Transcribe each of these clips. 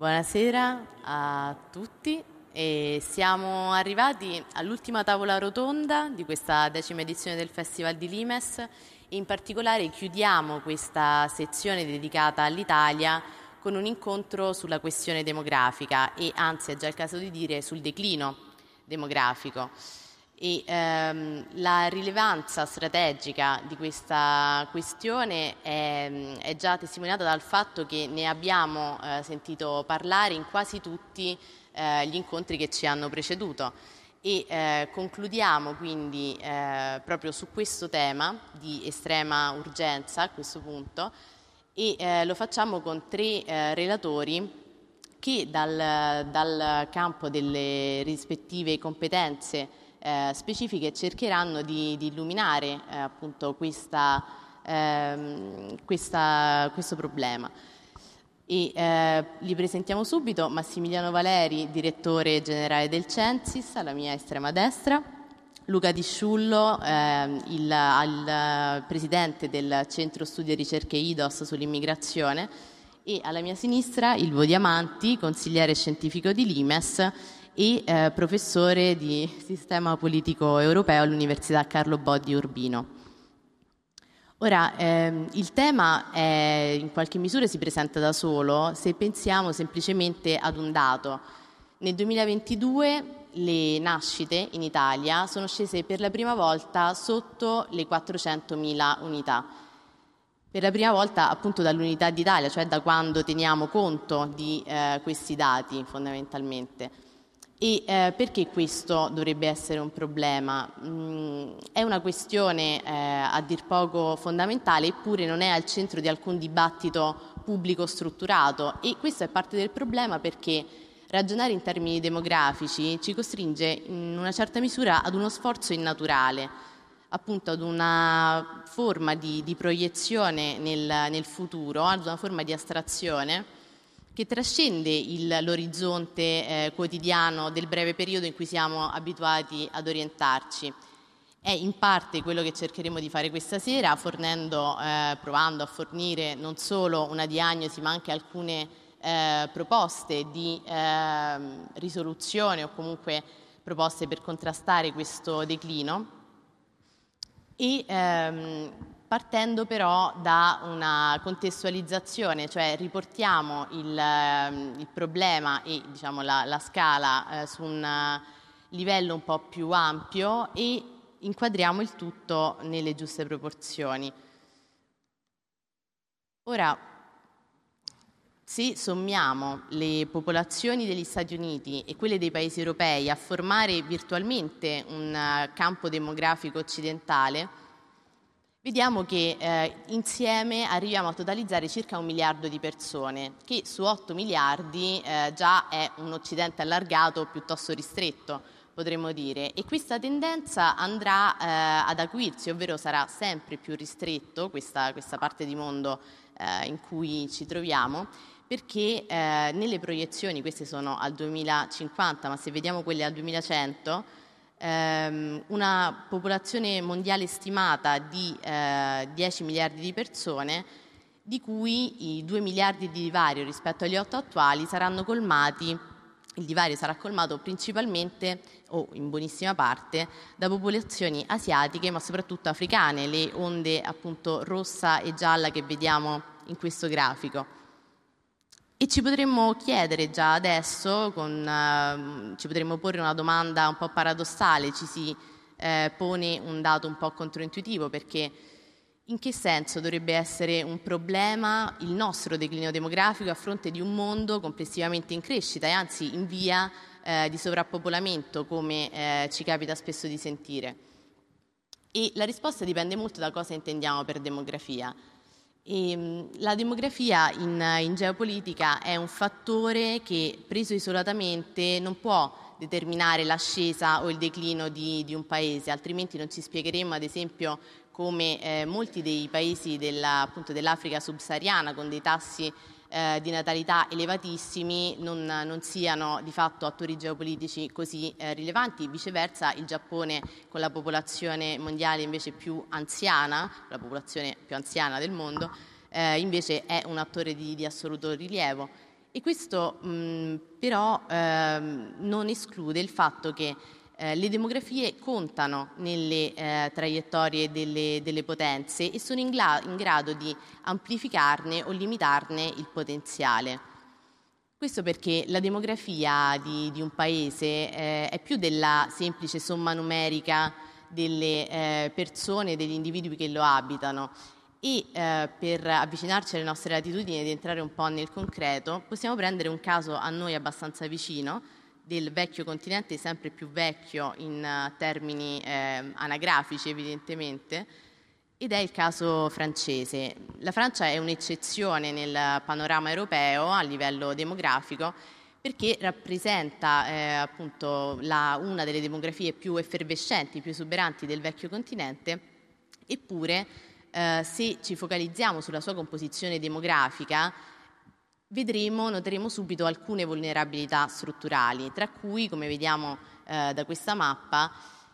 Buonasera a tutti e siamo arrivati all'ultima tavola rotonda di questa 10ª edizione del Festival di Limes e in particolare chiudiamo questa sezione dedicata all'Italia con un incontro sulla questione demografica e anzi è già il caso di dire sul declino demografico. La rilevanza strategica di questa questione è già testimoniata dal fatto che ne abbiamo sentito parlare in quasi tutti gli incontri che ci hanno preceduto e concludiamo quindi proprio su questo tema di estrema urgenza a questo punto e lo facciamo con tre relatori che dal campo delle rispettive competenze specifiche cercheranno di illuminare appunto questo problema. Li presentiamo subito: Massimiliano Valeri, direttore generale del Censis, alla mia estrema destra; Luca Di Sciullo, il presidente del Centro Studi e Ricerche IDOS sull'immigrazione, e alla mia sinistra Ilvo Diamanti, consigliere scientifico di Limes e professore di sistema politico europeo all'Università Carlo Bo di Urbino. Ora, il tema in qualche misura si presenta da solo se pensiamo semplicemente ad un dato. Nel 2022 le nascite in Italia sono scese per la prima volta sotto le 400.000 unità. Per la prima volta appunto dall'Unità d'Italia, cioè da quando teniamo conto di questi dati fondamentalmente. Perché questo dovrebbe essere un problema? È una questione a dir poco fondamentale, eppure non è al centro di alcun dibattito pubblico strutturato, e questo è parte del problema perché ragionare in termini demografici ci costringe in una certa misura ad uno sforzo innaturale, appunto ad una forma di proiezione nel futuro, ad una forma di astrazione che trascende l'orizzonte quotidiano del breve periodo in cui siamo abituati ad orientarci. È in parte quello che cercheremo di fare questa sera, provando a fornire non solo una diagnosi ma anche alcune proposte di risoluzione o comunque proposte per contrastare questo declino. Partendo però da una contestualizzazione, cioè riportiamo il problema e diciamo la scala su un livello un po' più ampio e inquadriamo il tutto nelle giuste proporzioni. Ora, se sommiamo le popolazioni degli Stati Uniti e quelle dei paesi europei a formare virtualmente un campo demografico occidentale, vediamo che insieme arriviamo a totalizzare circa 1 miliardo di persone, che su 8 miliardi già è un Occidente allargato piuttosto ristretto, potremmo dire. E questa tendenza andrà ad acuirsi, ovvero sarà sempre più ristretto questa parte di mondo in cui ci troviamo, perché nelle proiezioni, queste sono al 2050, ma se vediamo quelle al 2100, una popolazione mondiale stimata di 10 miliardi di persone, di cui i 2 miliardi di divario rispetto agli 8 attuali saranno colmati. Il divario sarà colmato principalmente o in buonissima parte da popolazioni asiatiche, ma soprattutto africane, le onde appunto rossa e gialla che vediamo in questo grafico. E ci potremmo chiedere già adesso, ci potremmo porre una domanda un po' paradossale, ci si pone un dato un po' controintuitivo, perché in che senso dovrebbe essere un problema il nostro declino demografico a fronte di un mondo complessivamente in crescita e anzi in via di sovrappopolamento, come ci capita spesso di sentire? E la risposta dipende molto da cosa intendiamo per demografia. La demografia in geopolitica è un fattore che preso isolatamente non può determinare l'ascesa o il declino di un paese, altrimenti non ci spiegheremmo ad esempio come molti dei paesi dell'Africa subsahariana con dei tassi di natalità elevatissimi non siano di fatto attori geopolitici così rilevanti. Viceversa, il Giappone, con la popolazione mondiale invece più anziana, la popolazione più anziana del mondo, invece è un attore di assoluto rilievo. E questo però non esclude il fatto che le demografie contano nelle traiettorie delle potenze e sono in grado di amplificarne o limitarne il potenziale. Questo perché la demografia di un paese è più della semplice somma numerica delle persone, degli individui che lo abitano. E per avvicinarci alle nostre latitudini ed entrare un po' nel concreto, possiamo prendere un caso a noi abbastanza vicino, del vecchio continente, sempre più vecchio in termini anagrafici evidentemente, ed è il caso francese. La Francia è un'eccezione nel panorama europeo a livello demografico perché rappresenta appunto una delle demografie più effervescenti, più esuberanti del vecchio continente, eppure se ci focalizziamo sulla sua composizione demografica noteremo subito alcune vulnerabilità strutturali, tra cui, come vediamo da questa mappa,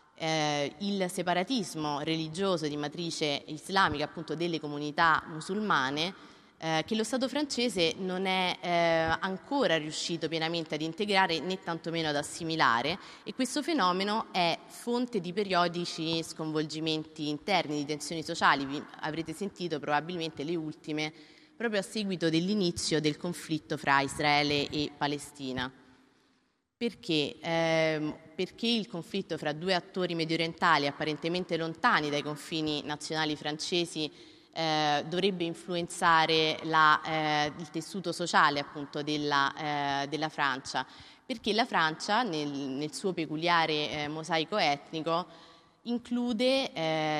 il separatismo religioso di matrice islamica, appunto delle comunità musulmane, che lo Stato francese non è ancora riuscito pienamente ad integrare né tantomeno ad assimilare, e questo fenomeno è fonte di periodici sconvolgimenti interni, di tensioni sociali. Vi avrete sentito probabilmente le ultime proprio a seguito dell'inizio del conflitto fra Israele e Palestina. Perché? Perché il conflitto fra due attori mediorientali apparentemente lontani dai confini nazionali francesi dovrebbe influenzare il tessuto sociale appunto della Francia, perché la Francia nel suo peculiare mosaico etnico include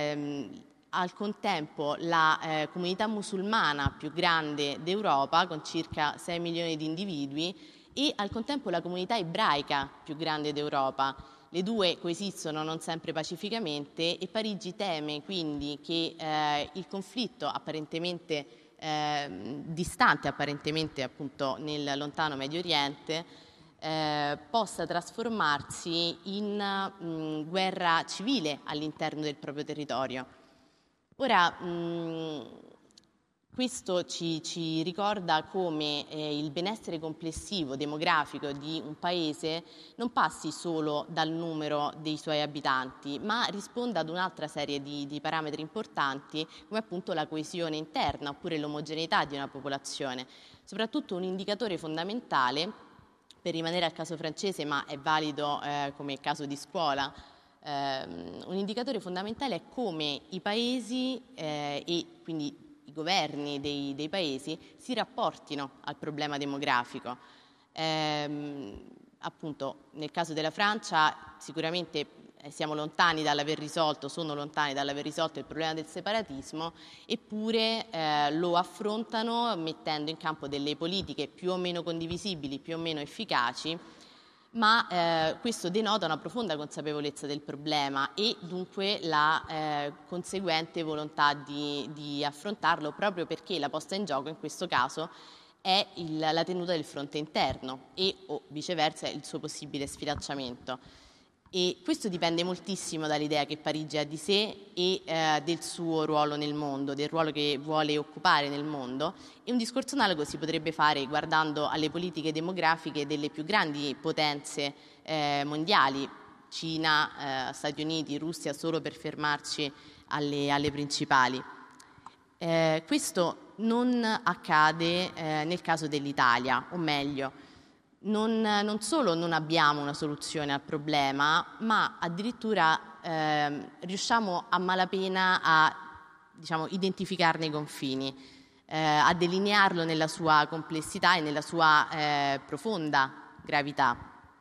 al contempo la comunità musulmana più grande d'Europa, con circa 6 milioni di individui, e al contempo la comunità ebraica più grande d'Europa. Le due coesistono non sempre pacificamente e Parigi teme quindi che il conflitto apparentemente distante, apparentemente appunto nel lontano Medio Oriente, possa trasformarsi in guerra civile all'interno del proprio territorio. Ora, questo ci ricorda come il benessere complessivo demografico di un paese non passi solo dal numero dei suoi abitanti, ma risponda ad un'altra serie di parametri importanti, come appunto la coesione interna oppure l'omogeneità di una popolazione. Soprattutto un indicatore fondamentale, per rimanere al caso francese, ma è valido come caso di scuola, un indicatore fondamentale è come i paesi e quindi i governi dei paesi si rapportino al problema demografico. Appunto, nel caso della Francia sicuramente sono lontani dall'aver risolto il problema del separatismo, eppure lo affrontano mettendo in campo delle politiche più o meno condivisibili, più o meno efficaci, ma questo denota una profonda consapevolezza del problema e dunque la conseguente volontà di affrontarlo, proprio perché la posta in gioco in questo caso è la tenuta del fronte interno e o viceversa il suo possibile sfilacciamento. E questo dipende moltissimo dall'idea che Parigi ha di sé e del suo ruolo nel mondo, del ruolo che vuole occupare nel mondo. E un discorso analogo si potrebbe fare guardando alle politiche demografiche delle più grandi potenze mondiali, Cina, Stati Uniti, Russia, solo per fermarci alle principali. Questo non accade nel caso dell'Italia, o meglio, non solo non abbiamo una soluzione al problema, ma addirittura riusciamo a malapena a identificarne i confini, a delinearlo nella sua complessità e nella sua profonda gravità.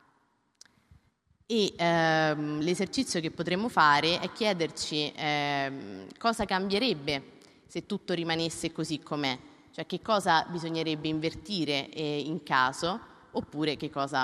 E l'esercizio che potremmo fare è chiederci cosa cambierebbe se tutto rimanesse così com'è, cioè che cosa bisognerebbe invertire in caso, oppure che cosa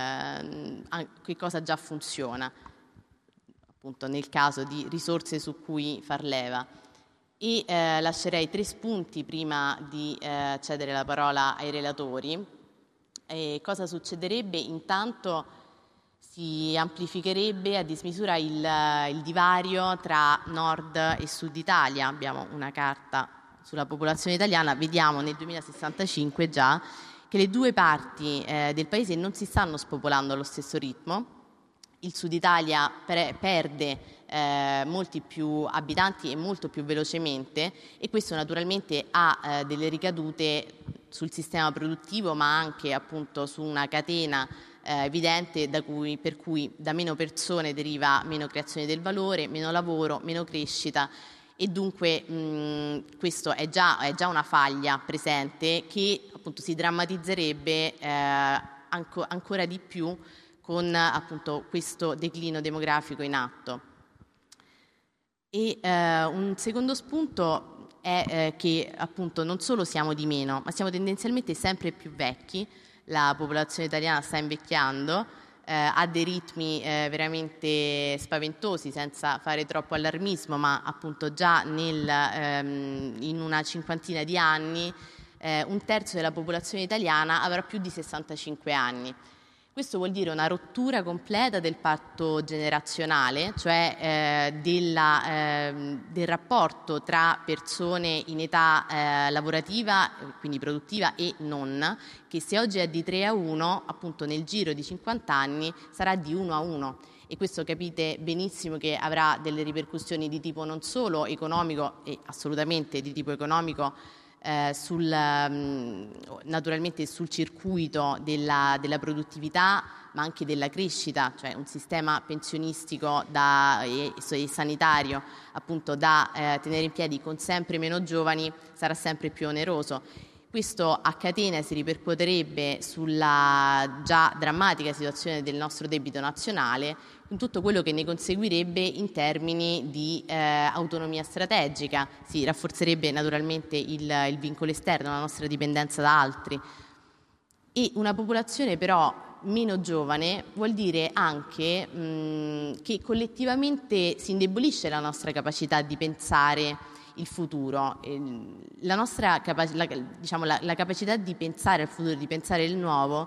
già funziona, appunto nel caso di risorse su cui far leva. E lascerei 3 spunti prima di cedere la parola ai relatori. Cosa succederebbe? Intanto si amplificherebbe a dismisura il divario tra nord e sud Italia. Abbiamo una carta sulla popolazione italiana, vediamo nel 2065 già che le due parti del paese non si stanno spopolando allo stesso ritmo. Il Sud Italia perde molti più abitanti e molto più velocemente, e questo naturalmente ha delle ricadute sul sistema produttivo, ma anche appunto su una catena evidente per cui da meno persone deriva meno creazione del valore, meno lavoro, meno crescita, e dunque questo è già una faglia presente che appunto si drammatizzerebbe ancora di più con appunto questo declino demografico in atto. E un secondo spunto è che appunto non solo siamo di meno, ma siamo tendenzialmente sempre più vecchi. La popolazione italiana sta invecchiando a dei ritmi veramente spaventosi, senza fare troppo allarmismo, ma appunto già in una cinquantina di anni un terzo della popolazione italiana avrà più di 65 anni. Questo vuol dire una rottura completa del patto generazionale, cioè del rapporto tra persone in età lavorativa, quindi produttiva e non, che se oggi è di 3-1, appunto nel giro di 50 anni sarà di 1-1. E questo capite benissimo che avrà delle ripercussioni di tipo non solo economico, e assolutamente di tipo economico, naturalmente sul circuito della produttività, ma anche della crescita, cioè un sistema pensionistico e sanitario appunto da tenere in piedi con sempre meno giovani sarà sempre più oneroso. Questo a catena si ripercuoterebbe sulla già drammatica situazione del nostro debito nazionale, con tutto quello che ne conseguirebbe in termini di autonomia strategica. Si rafforzerebbe naturalmente il vincolo esterno, la nostra dipendenza da altri. E una popolazione però meno giovane vuol dire anche che collettivamente si indebolisce la nostra capacità di pensare il futuro. La nostra la capacità di pensare al futuro, di pensare il nuovo,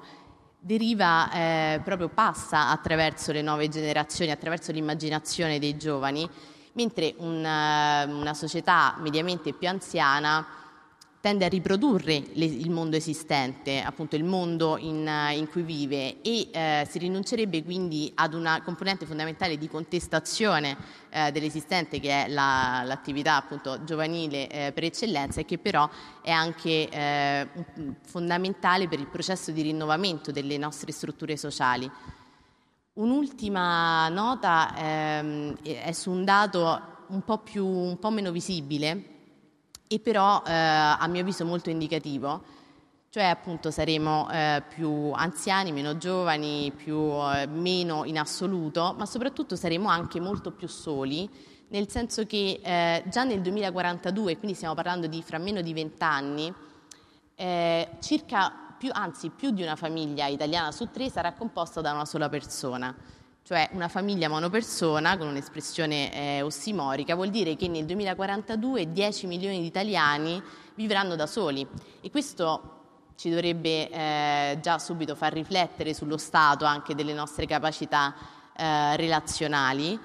passa attraverso le nuove generazioni, attraverso l'immaginazione dei giovani, mentre una società mediamente più anziana tende a riprodurre il mondo esistente, appunto il mondo in cui vive, e si rinuncerebbe quindi ad una componente fondamentale di contestazione dell'esistente, che è l'attività appunto giovanile per eccellenza, e che però è anche fondamentale per il processo di rinnovamento delle nostre strutture sociali. Un'ultima nota è su un dato un po' meno visibile, e però a mio avviso molto indicativo, cioè appunto saremo più anziani, meno giovani, meno in assoluto, ma soprattutto saremo anche molto più soli, nel senso che già nel 2042, quindi stiamo parlando di fra meno di 20 anni, più di una famiglia italiana su 3 sarà composta da una sola persona. Cioè una famiglia monopersona, con un'espressione ossimorica, vuol dire che nel 2042 10 milioni di italiani vivranno da soli, e questo ci dovrebbe già subito far riflettere sullo stato anche delle nostre capacità relazionali,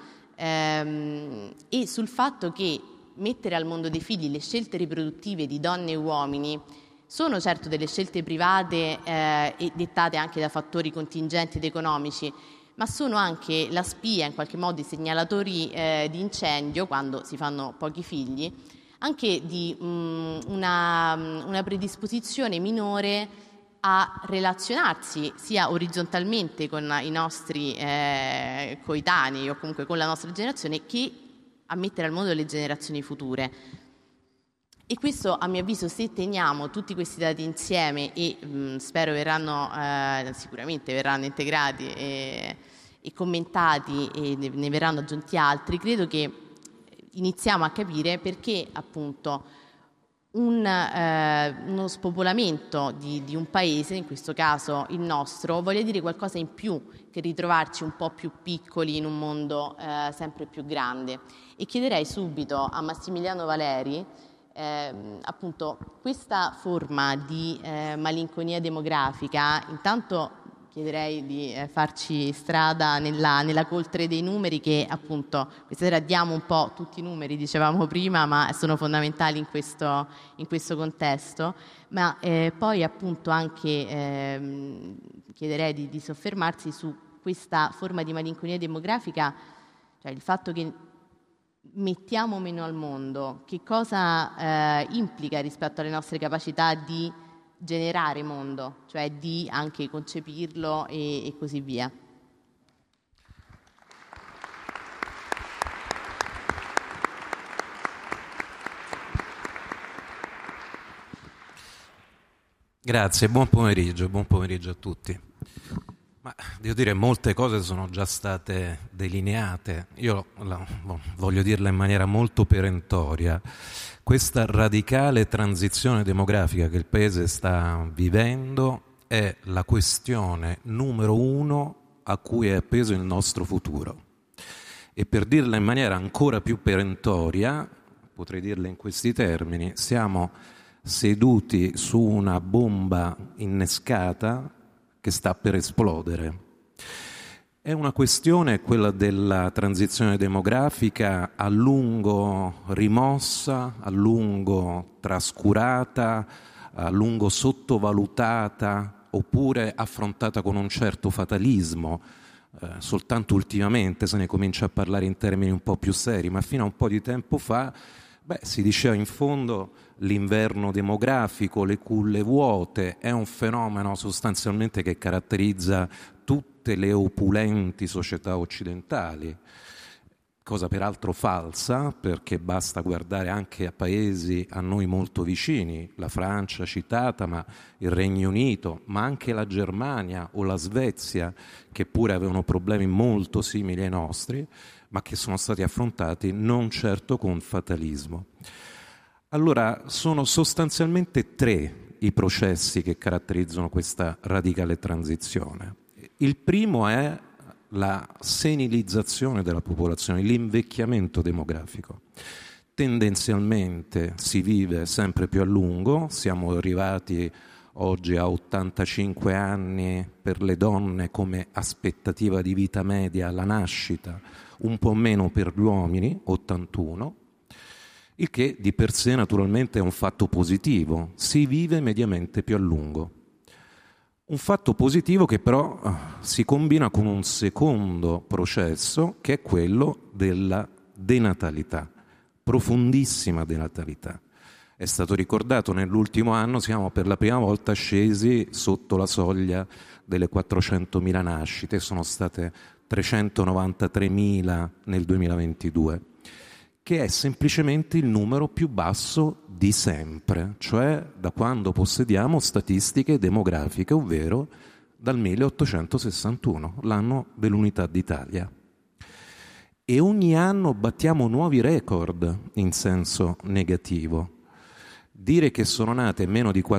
e sul fatto che mettere al mondo dei figli le scelte riproduttive di donne e uomini sono certo delle scelte private e dettate anche da fattori contingenti ed economici, ma sono anche la spia, in qualche modo i segnalatori di incendio, quando si fanno pochi figli, anche di una predisposizione minore a relazionarsi sia orizzontalmente con i nostri coetanei, o comunque con la nostra generazione, che a mettere al mondo le generazioni future. E questo, a mio avviso, se teniamo tutti questi dati insieme, e spero sicuramente verranno integrati e commentati, e ne verranno aggiunti altri, credo che iniziamo a capire perché appunto uno spopolamento di un paese, in questo caso il nostro, voglia dire qualcosa in più che ritrovarci un po' più piccoli in un mondo sempre più grande. E chiederei subito a Massimiliano Valeri appunto questa forma di malinconia demografica, intanto chiederei di farci strada nella coltre dei numeri, che appunto questa sera diamo un po' tutti i numeri, dicevamo prima, ma sono fondamentali in questo contesto. Ma poi appunto anche chiederei di soffermarsi su questa forma di malinconia demografica, cioè il fatto che mettiamo meno al mondo, che cosa implica rispetto alle nostre capacità di generare mondo, cioè di anche concepirlo e così via. Grazie, buon pomeriggio a tutti. Ma devo dire, molte cose sono già state delineate. Io voglio dirla in maniera molto perentoria. Questa radicale transizione demografica che il Paese sta vivendo è la questione numero 1 a cui è appeso il nostro futuro. E per dirla in maniera ancora più perentoria, potrei dirla in questi termini, siamo seduti su una bomba innescata che sta per esplodere. È una questione, quella della transizione demografica, a lungo rimossa, a lungo trascurata, a lungo sottovalutata, oppure affrontata con un certo fatalismo. Soltanto ultimamente se ne comincia a parlare in termini un po' più seri, ma fino a un po' di tempo fa si diceva in fondo l'inverno demografico, le culle vuote, è un fenomeno sostanzialmente che caratterizza tutte le opulenti società occidentali, cosa peraltro falsa, perché basta guardare anche a paesi a noi molto vicini, la Francia citata, ma il Regno Unito, ma anche la Germania o la Svezia, che pure avevano problemi molto simili ai nostri, ma che sono stati affrontati non certo con fatalismo. Allora, sono sostanzialmente 3 i processi che caratterizzano questa radicale transizione. Il primo è la senilizzazione della popolazione, l'invecchiamento demografico. Tendenzialmente si vive sempre più a lungo, siamo arrivati oggi a 85 anni per le donne come aspettativa di vita media alla nascita, un po' meno per gli uomini, 81, il che di per sé naturalmente è un fatto positivo, si vive mediamente più a lungo. Un fatto positivo che però si combina con un secondo processo, che è quello della denatalità, profondissima denatalità. È stato ricordato, nell'ultimo anno siamo per la prima volta scesi sotto la soglia delle 400.000 nascite, sono state 393.000 nel 2022, che è semplicemente il numero più basso di sempre, cioè da quando possediamo statistiche demografiche, ovvero dal 1861, l'anno dell'Unità d'Italia. E ogni anno battiamo nuovi record in senso negativo. Dire che sono nate meno di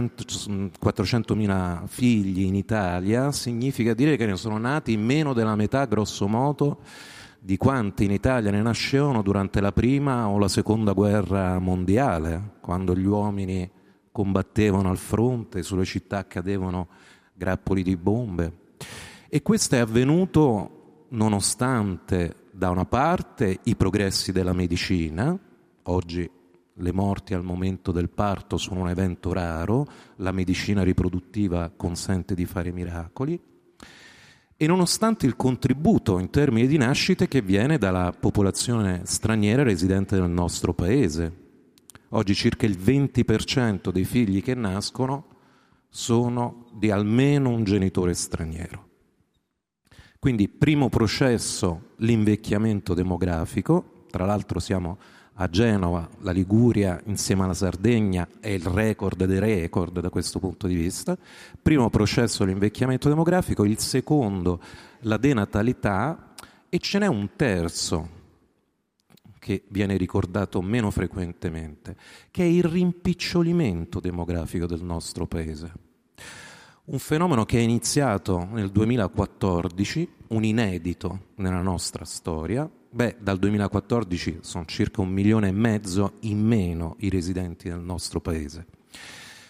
400.000 figli in Italia significa dire che ne sono nati meno della metà, grosso modo, di quanti in Italia ne nascevano durante la prima o la seconda guerra mondiale, quando gli uomini combattevano al fronte, sulle città cadevano grappoli di bombe. E questo è avvenuto nonostante, da una parte, i progressi della medicina. Oggi le morti al momento del parto sono un evento raro, la medicina riproduttiva consente di fare miracoli, e nonostante il contributo in termini di nascite che viene dalla popolazione straniera residente nel nostro Paese. Oggi circa il 20% dei figli che nascono sono di almeno un genitore straniero. Quindi primo processo, l'invecchiamento demografico. Tra l'altro siamo a Genova, la Liguria insieme alla Sardegna è il record dei record da questo punto di vista. Primo processo, l'invecchiamento demografico, il secondo la denatalità, e ce n'è un terzo che viene ricordato meno frequentemente, che è il rimpicciolimento demografico del nostro Paese. Un fenomeno che è iniziato nel 2014, un inedito nella nostra storia. Dal 2014 sono circa 1,5 milioni in meno i residenti nel nostro Paese.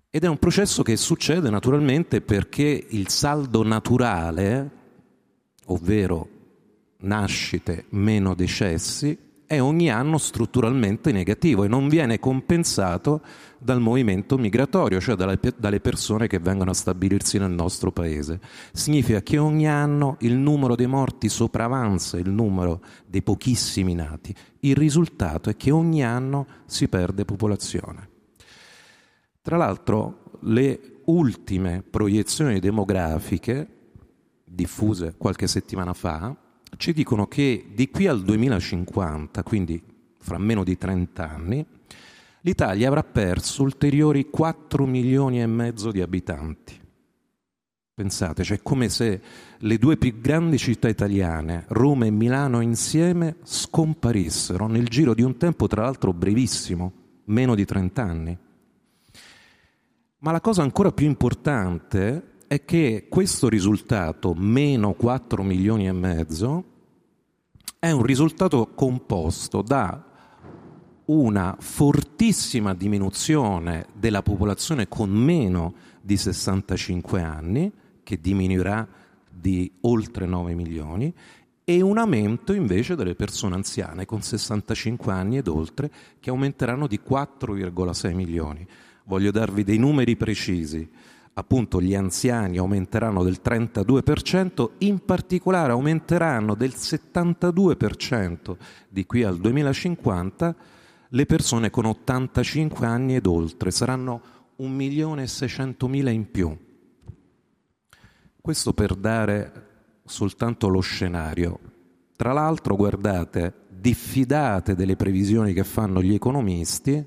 Ed è un processo che succede naturalmente perché il saldo naturale, ovvero nascite meno decessi, è ogni anno strutturalmente negativo e non viene compensato dal movimento migratorio, cioè dalle persone che vengono a stabilirsi nel nostro paese. Significa che ogni anno il numero dei morti sopravanza il numero dei pochissimi nati. Il risultato è che ogni anno si perde popolazione. Tra l'altro, le ultime proiezioni demografiche, diffuse qualche settimana fa, ci dicono che di qui al 2050, quindi fra meno di 30 anni, l'Italia avrà perso ulteriori 4 milioni e mezzo di abitanti. Pensate, cioè è come se le due più grandi città italiane, Roma e Milano insieme, scomparissero nel giro di un tempo tra l'altro brevissimo, meno di 30 anni. Ma la cosa ancora più importante è che questo risultato, meno 4 milioni e mezzo, è un risultato composto da una fortissima diminuzione della popolazione con meno di 65 anni, che diminuirà di oltre 9 milioni, e un aumento invece delle persone anziane con 65 anni ed oltre, che aumenteranno di 4,6 milioni. Voglio darvi dei numeri precisi. Appunto, gli anziani aumenteranno del 32%, in particolare aumenteranno del 72% di qui al 2050 le persone con 85 anni ed oltre, saranno 1.600.000 in più. Questo per dare soltanto lo scenario. Tra l'altro, guardate, diffidate delle previsioni che fanno gli economisti,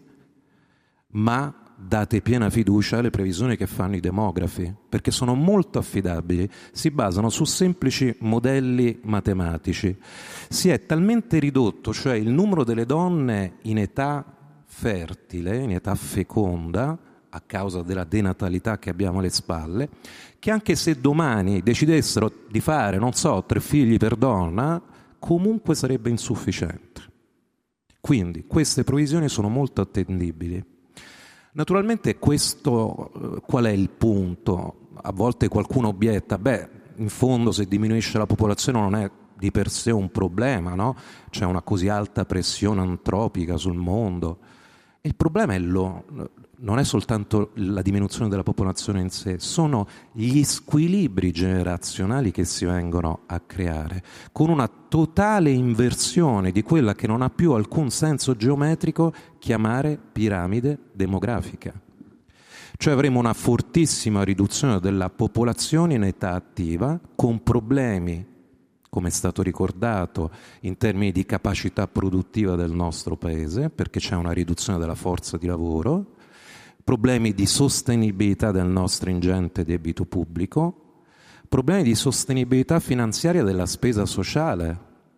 ma date piena fiducia alle previsioni che fanno i demografi, perché sono molto affidabili, si basano su semplici modelli matematici. Si è talmente ridotto, cioè il numero delle donne in età fertile, in età feconda, a causa della denatalità che abbiamo alle spalle, che anche se domani decidessero di fare, 3 figli per donna, comunque sarebbe insufficiente. Quindi queste previsioni sono molto attendibili. Naturalmente questo qual è il punto? A volte qualcuno obietta, in fondo se diminuisce la popolazione non è di per sé un problema, no? C'è una così alta pressione antropica sul mondo. E il problema non è soltanto la diminuzione della popolazione in sé, sono gli squilibri generazionali che si vengono a creare, con una totale inversione di quella che non ha più alcun senso geometrico chiamare piramide demografica. Cioè avremo una fortissima riduzione della popolazione in età attiva, con problemi, come è stato ricordato, in termini di capacità produttiva del nostro Paese, perché c'è una riduzione della forza di lavoro, problemi di sostenibilità del nostro ingente debito pubblico, problemi di sostenibilità finanziaria della spesa sociale,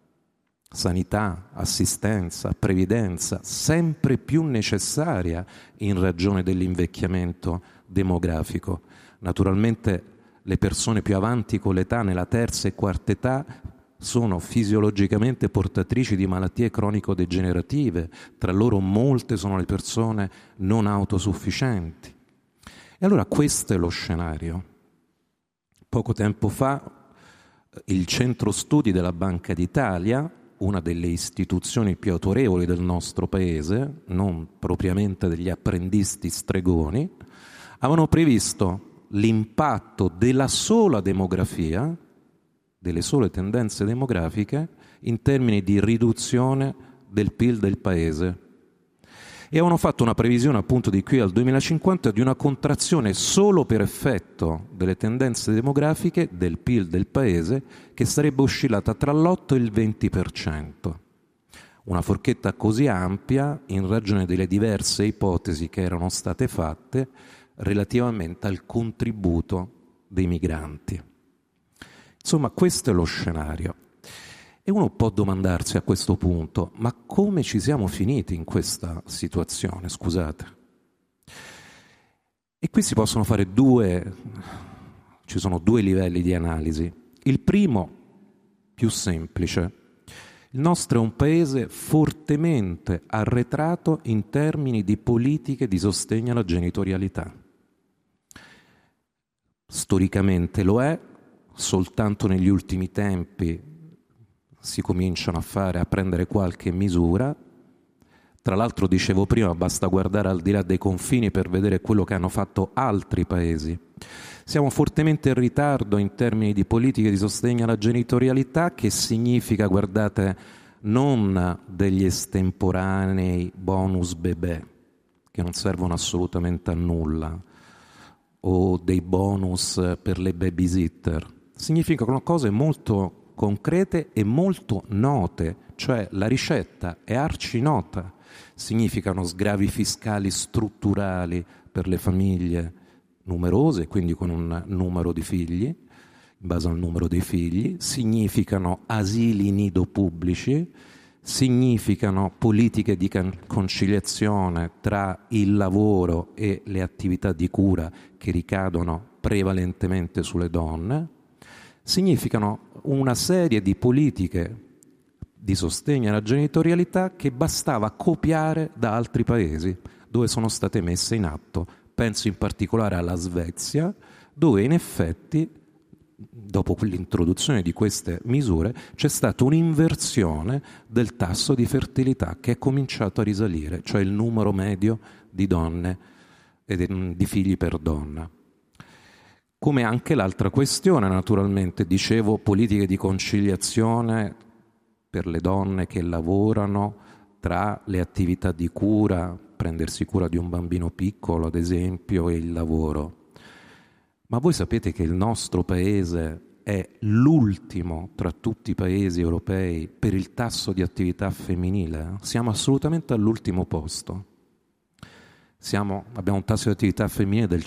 sanità, assistenza, previdenza, sempre più necessaria in ragione dell'invecchiamento demografico. Naturalmente le persone più avanti con l'età, nella terza e quarta età, sono fisiologicamente portatrici di malattie cronico-degenerative, tra loro molte sono le persone non autosufficienti. E allora questo è lo scenario. Poco tempo fa il Centro Studi della Banca d'Italia, una delle istituzioni più autorevoli del nostro Paese, non propriamente degli apprendisti stregoni, avevano previsto l'impatto della sola demografia, delle sole tendenze demografiche, in termini di riduzione del PIL del Paese. E avevano fatto una previsione appunto di qui al 2050 di una contrazione solo per effetto delle tendenze demografiche del PIL del Paese che sarebbe oscillata tra l'8 e il 20%. Una forchetta così ampia in ragione delle diverse ipotesi che erano state fatte relativamente al contributo dei migranti. Insomma, questo è lo scenario. E uno può domandarsi a questo punto, ma come ci siamo finiti in questa situazione, scusate? E qui si possono fare ci sono due livelli di analisi. Il primo, più semplice. Il nostro è un paese fortemente arretrato in termini di politiche di sostegno alla genitorialità. storicamente lo è, soltanto negli ultimi tempi si cominciano a prendere qualche misura. Tra l'altro, dicevo prima, basta guardare al di là dei confini per vedere quello che hanno fatto altri paesi. Siamo fortemente in ritardo in termini di politiche di sostegno alla genitorialità, che significa, guardate, non degli estemporanei bonus bebè, che non servono assolutamente a nulla, o dei bonus per le babysitter. Significano cose molto concrete e molto note, cioè la ricetta è arcinota. Significano sgravi fiscali strutturali per le famiglie numerose, quindi con un numero di figli, in base al numero dei figli, significano asili nido pubblici, significano politiche di conciliazione tra il lavoro e le attività di cura che ricadono prevalentemente sulle donne, significano una serie di politiche di sostegno alla genitorialità che bastava copiare da altri paesi dove sono state messe in atto. Penso in particolare alla Svezia, dove in effetti, dopo l'introduzione di queste misure, c'è stata un'inversione del tasso di fertilità che è cominciato a risalire, cioè il numero medio di donne e di figli per donna. Come anche l'altra questione, naturalmente, dicevo, politiche di conciliazione per le donne che lavorano tra le attività di cura, prendersi cura di un bambino piccolo, ad esempio, e il lavoro. Ma voi sapete che il nostro paese è l'ultimo tra tutti i paesi europei per il tasso di attività femminile? Siamo assolutamente all'ultimo posto. Abbiamo un tasso di attività femminile del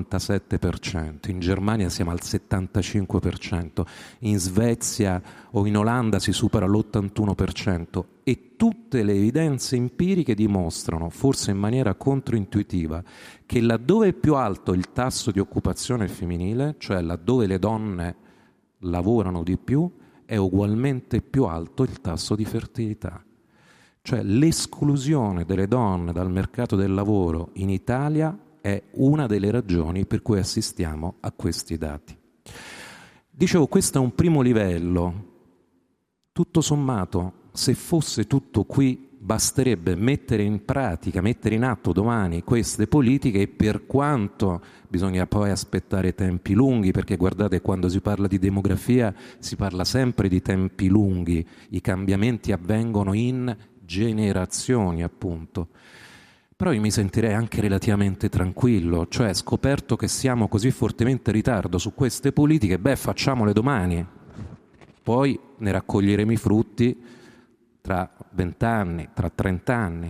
57%, in Germania siamo al 75%, in Svezia o in Olanda si supera l'81%, e tutte le evidenze empiriche dimostrano, forse in maniera controintuitiva, che laddove è più alto il tasso di occupazione femminile, cioè laddove le donne lavorano di più, è ugualmente più alto il tasso di fertilità. Cioè l'esclusione delle donne dal mercato del lavoro in Italia è una delle ragioni per cui assistiamo a questi dati. Dicevo, questo è un primo livello. Tutto sommato, se fosse tutto qui, basterebbe mettere in pratica, mettere in atto domani queste politiche, e per quanto bisogna poi aspettare tempi lunghi, perché guardate, quando si parla di demografia si parla sempre di tempi lunghi, i cambiamenti avvengono in generazioni, appunto. Però io mi sentirei anche relativamente tranquillo, cioè, scoperto che siamo così fortemente in ritardo su queste politiche, facciamole domani, poi ne raccoglieremo i frutti tra 20 anni, tra 30 anni.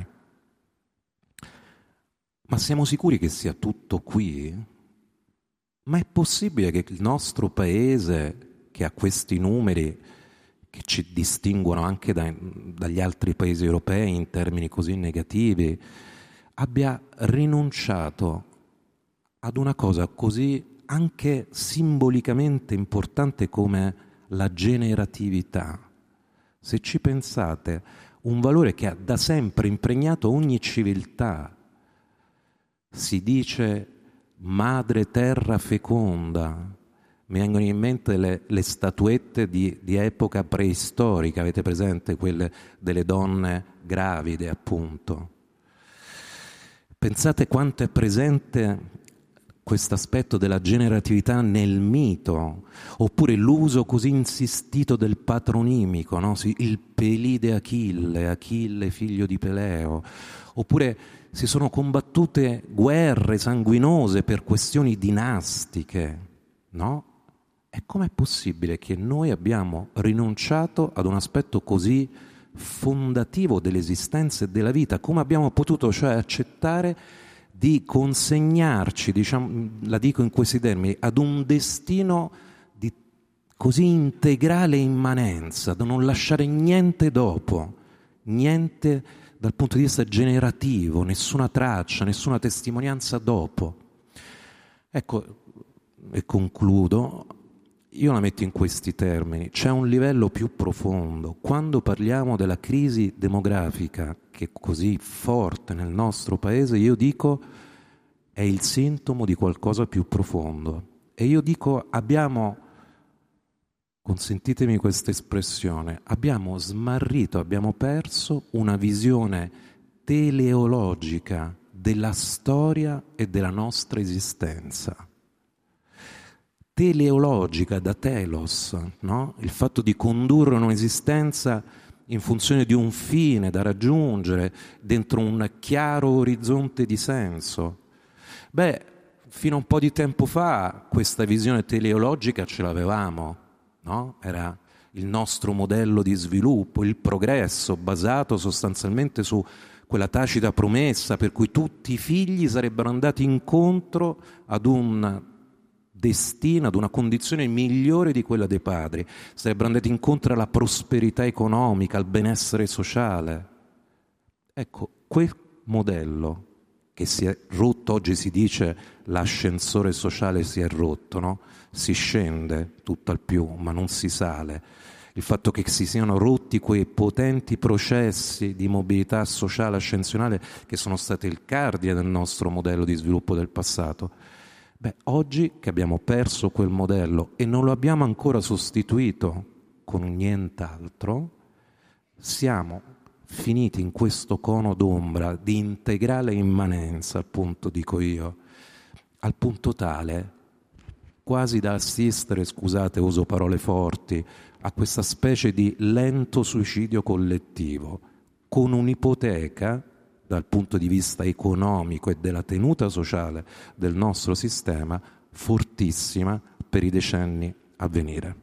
Ma siamo sicuri che sia tutto qui? Ma è possibile che il nostro paese, che ha questi numeri che ci distinguono anche dagli altri paesi europei in termini così negativi, abbia rinunciato ad una cosa così anche simbolicamente importante come la generatività? Se ci pensate, un valore che ha da sempre impregnato ogni civiltà. Si dice madre terra feconda. Mi vengono in mente le statuette di epoca preistorica, avete presente quelle delle donne gravide, appunto. Pensate quanto è presente questo aspetto della generatività nel mito, oppure l'uso così insistito del patronimico, no? Il Pelide Achille, Achille figlio di Peleo, oppure si sono combattute guerre sanguinose per questioni dinastiche, no? E com'è possibile che noi abbiamo rinunciato ad un aspetto così fondativo dell'esistenza e della vita? Come abbiamo potuto, cioè, accettare di consegnarci, diciamo, la dico in questi termini, ad un destino di così integrale immanenza, da non lasciare niente dopo, niente dal punto di vista generativo, nessuna traccia, nessuna testimonianza dopo. Ecco, e concludo, io la metto in questi termini: c'è un livello più profondo. Quando parliamo della crisi demografica, che è così forte nel nostro paese, io dico è il sintomo di qualcosa più profondo. E io dico consentitemi questa espressione, abbiamo smarrito, abbiamo perso una visione teleologica della storia e della nostra esistenza. Teleologica da telos, no? Il fatto di condurre un'esistenza in funzione di un fine da raggiungere dentro un chiaro orizzonte di senso. Fino a un po' di tempo fa questa visione teleologica ce l'avevamo, no? Era il nostro modello di sviluppo, il progresso basato sostanzialmente su quella tacita promessa per cui tutti i figli sarebbero andati incontro ad un destino, ad una condizione migliore di quella dei padri, sarebbero andati incontro alla prosperità economica, al benessere sociale. Ecco, quel modello che si è rotto, oggi si dice l'ascensore sociale si è rotto, no? Si scende tutto al più, ma non si sale. Il fatto che si siano rotti quei potenti processi di mobilità sociale ascensionale che sono stati il cardine del nostro modello di sviluppo del passato. Oggi che abbiamo perso quel modello e non lo abbiamo ancora sostituito con nient'altro, siamo finiti in questo cono d'ombra di integrale immanenza, appunto dico io, al punto tale quasi da assistere, scusate uso parole forti, a questa specie di lento suicidio collettivo, con un'ipoteca dal punto di vista economico e della tenuta sociale del nostro sistema fortissima per i decenni a venire.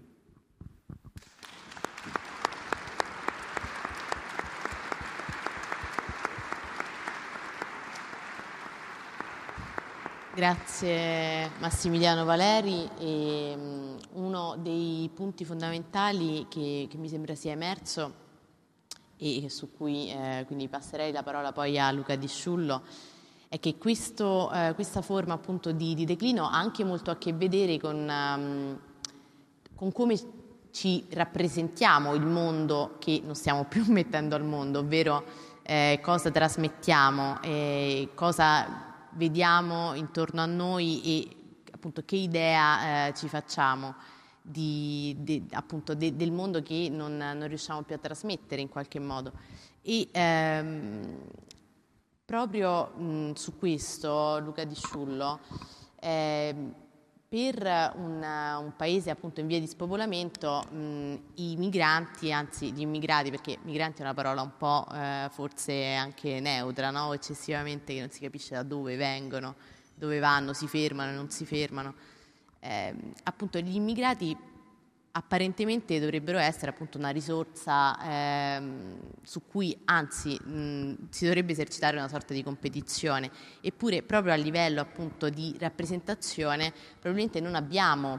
Grazie Massimiliano Valeri. Uno dei punti fondamentali che mi sembra sia emerso e su cui quindi passerei la parola poi a Luca Di Sciullo è che questa forma appunto di declino ha anche molto a che vedere con come ci rappresentiamo il mondo che non stiamo più mettendo al mondo, ovvero cosa trasmettiamo, cosa vediamo intorno a noi e appunto che idea ci facciamo appunto del mondo che non riusciamo più a trasmettere in qualche modo. E proprio su questo, Luca Di Sciullo, per un paese appunto in via di spopolamento, i migranti, anzi gli immigrati, perché migranti è una parola un po' forse anche neutra, no? Eccessivamente, che non si capisce da dove vengono, dove vanno, si fermano, non si fermano. Appunto gli immigrati apparentemente dovrebbero essere appunto una risorsa su cui anzi si dovrebbe esercitare una sorta di competizione, eppure proprio a livello appunto di rappresentazione probabilmente non abbiamo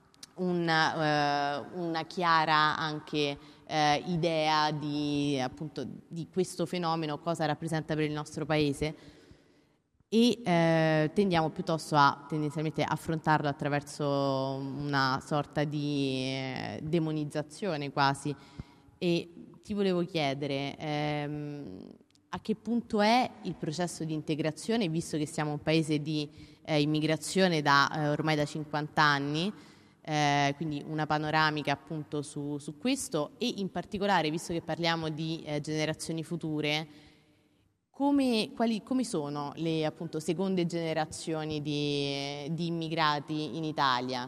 una chiara anche idea appunto di questo fenomeno, cosa rappresenta per il nostro paese. E tendiamo piuttosto a tendenzialmente affrontarlo attraverso una sorta di demonizzazione quasi. E ti volevo chiedere a che punto è il processo di integrazione, visto che siamo un paese di immigrazione ormai da 50 anni, quindi una panoramica appunto su questo, e in particolare, visto che parliamo di generazioni future, come sono le appunto seconde generazioni di immigrati in Italia?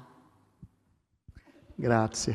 Grazie.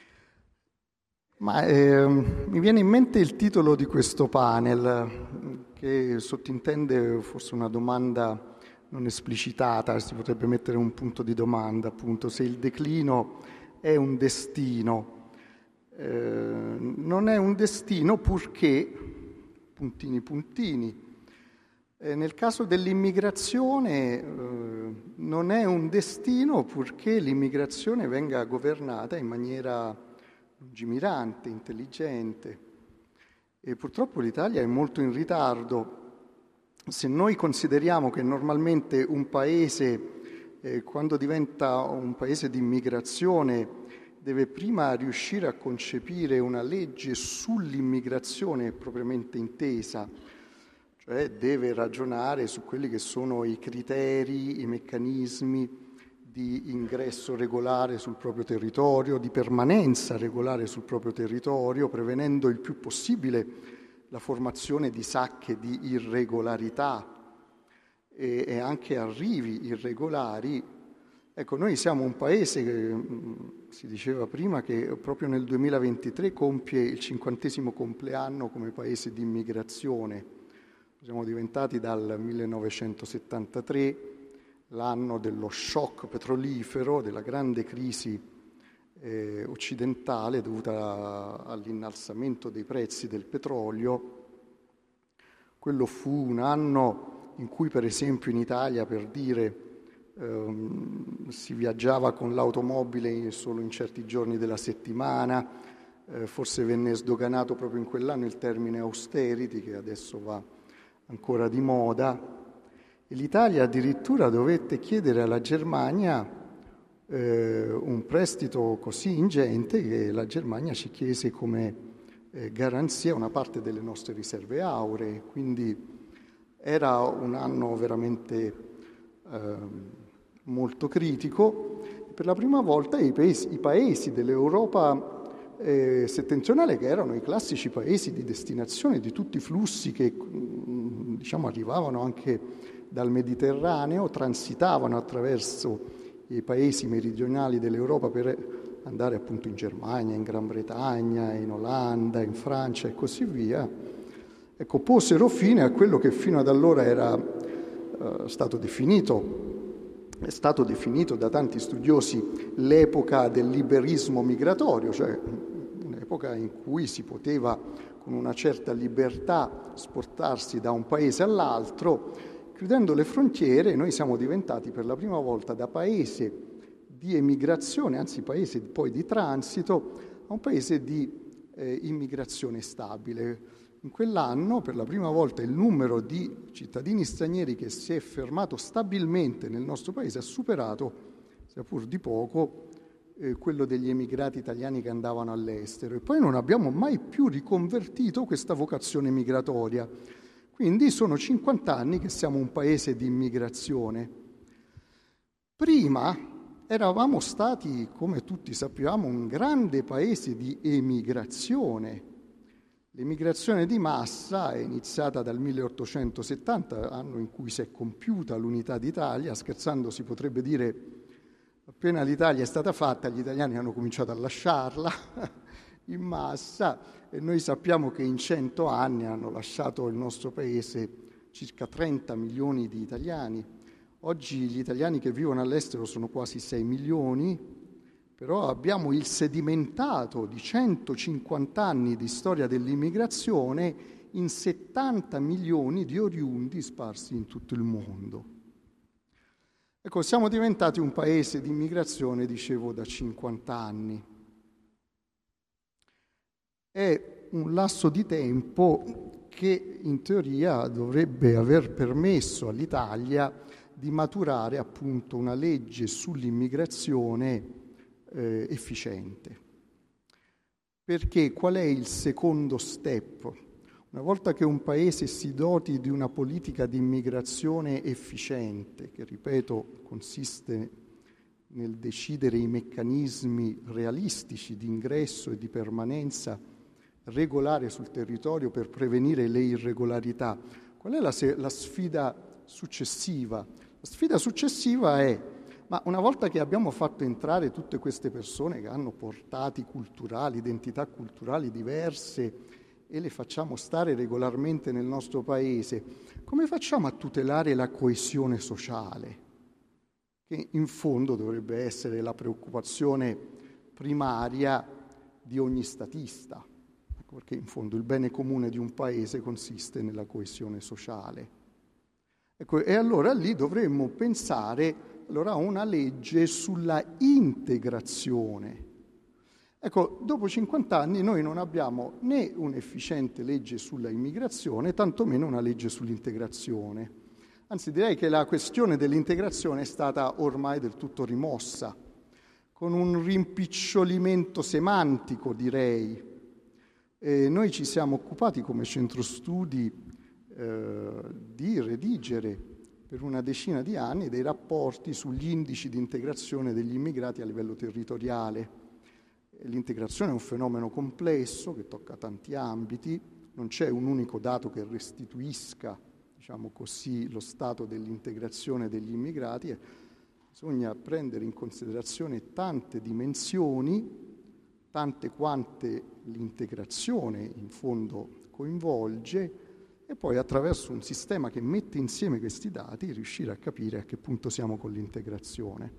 Mi viene in mente il titolo di questo panel, che sottintende forse una domanda non esplicitata, si potrebbe mettere un punto di domanda, appunto, se il declino è un destino. Non è un destino purché puntini puntini. Nel caso dell'immigrazione non è un destino purché l'immigrazione venga governata in maniera lungimirante, intelligente. E purtroppo l'Italia è molto in ritardo. Se noi consideriamo che normalmente un paese, quando diventa un paese di immigrazione, deve prima riuscire a concepire una legge sull'immigrazione propriamente intesa, cioè deve ragionare su quelli che sono i criteri, i meccanismi di ingresso regolare sul proprio territorio, di permanenza regolare sul proprio territorio, prevenendo il più possibile la formazione di sacche di irregolarità e anche arrivi irregolari. Ecco, noi siamo un paese che, si diceva prima, che proprio nel 2023 compie il 50° compleanno come paese di immigrazione. Siamo diventati dal 1973 l'anno dello shock petrolifero, della grande crisi occidentale dovuta all'innalzamento dei prezzi del petrolio. Quello fu un anno in cui, per esempio, in Italia, per dire, si viaggiava con l'automobile solo in certi giorni della settimana, forse venne sdoganato proprio in quell'anno il termine austerity, che adesso va ancora di moda, e l'Italia addirittura dovette chiedere alla Germania un prestito così ingente che la Germania ci chiese come garanzia una parte delle nostre riserve auree, quindi era un anno veramente molto critico. Per la prima volta i paesi dell'Europa settentrionale, che erano i classici paesi di destinazione di tutti i flussi che diciamo arrivavano anche dal Mediterraneo, transitavano attraverso i paesi meridionali dell'Europa per andare appunto in Germania, in Gran Bretagna, in Olanda, in Francia e così via, ecco, posero fine a quello che fino ad allora era stato definito da tanti studiosi l'epoca del liberismo migratorio, cioè un'epoca in cui si poteva con una certa libertà spostarsi da un paese all'altro. Chiudendo le frontiere, noi siamo diventati per la prima volta da paese di emigrazione, anzi paese poi di transito, a un paese di immigrazione stabile. In quell'anno, per la prima volta, il numero di cittadini stranieri che si è fermato stabilmente nel nostro paese ha superato, sia pur di poco, quello degli emigrati italiani che andavano all'estero. E poi non abbiamo mai più riconvertito questa vocazione migratoria. Quindi sono 50 anni che siamo un paese di immigrazione. Prima eravamo stati, come tutti sappiamo, un grande paese di emigrazione. L'emigrazione di massa è iniziata dal 1870, anno in cui si è compiuta l'unità d'Italia. Scherzando si potrebbe dire, appena l'Italia è stata fatta, gli italiani hanno cominciato a lasciarla in massa, e noi sappiamo che in 100 anni hanno lasciato il nostro paese circa 30 milioni di italiani. Oggi gli italiani che vivono all'estero sono quasi 6 milioni, però abbiamo il sedimentato di 150 anni di storia dell'immigrazione in 70 milioni di oriundi sparsi in tutto il mondo. Ecco, siamo diventati un paese di immigrazione, dicevo, da 50 anni. È un lasso di tempo che in teoria dovrebbe aver permesso all'Italia di maturare appunto una legge sull'immigrazione efficiente. Perché qual è il secondo step? Una volta che un paese si doti di una politica di immigrazione efficiente, che ripeto consiste nel decidere i meccanismi realistici di ingresso e di permanenza regolare sul territorio per prevenire le irregolarità, qual è la sfida successiva? La sfida successiva è: ma una volta che abbiamo fatto entrare tutte queste persone che hanno portati culturali, identità culturali diverse, e le facciamo stare regolarmente nel nostro paese, come facciamo a tutelare la coesione sociale? Che in fondo dovrebbe essere la preoccupazione primaria di ogni statista, perché in fondo il bene comune di un paese consiste nella coesione sociale. Ecco, e allora lì dovremmo pensare a una legge sulla integrazione. Ecco, dopo 50 anni noi non abbiamo né un'efficiente legge sulla immigrazione, tantomeno una legge sull'integrazione. Anzi, direi che la questione dell'integrazione è stata ormai del tutto rimossa, con un rimpicciolimento semantico, direi. Noi ci siamo occupati come centro studi di redigere per una decina di anni dei rapporti sugli indici di integrazione degli immigrati a livello territoriale. L'integrazione è un fenomeno complesso che tocca tanti ambiti, non c'è un unico dato che restituisca, diciamo così, lo stato dell'integrazione degli immigrati. Bisogna prendere in considerazione tante dimensioni, tante quante l'integrazione in fondo coinvolge, e poi attraverso un sistema che mette insieme questi dati riuscire a capire a che punto siamo con l'integrazione.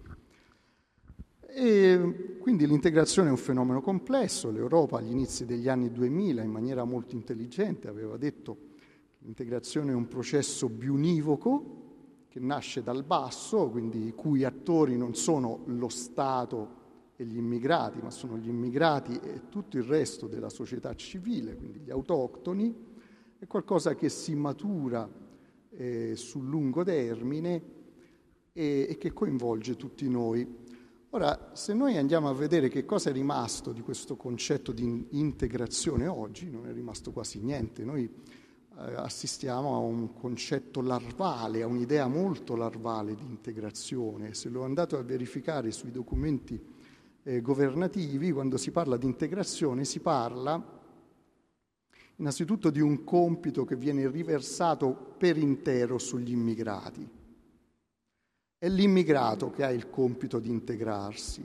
E quindi l'integrazione è un fenomeno complesso. L'Europa agli inizi degli anni 2000 in maniera molto intelligente aveva detto che l'integrazione è un processo biunivoco che nasce dal basso, quindi i cui attori non sono lo Stato e gli immigrati, ma sono gli immigrati e tutto il resto della società civile, quindi gli autoctoni. È qualcosa che si matura sul lungo termine e che coinvolge tutti noi. Ora, se noi andiamo a vedere che cosa è rimasto di questo concetto di integrazione oggi, non è rimasto quasi niente. Noi assistiamo a un concetto larvale, a un'idea molto larvale di integrazione. Se lo andate a verificare sui documenti governativi, quando si parla di integrazione si parla innanzitutto di un compito che viene riversato per intero sugli immigrati. È l'immigrato che ha il compito di integrarsi.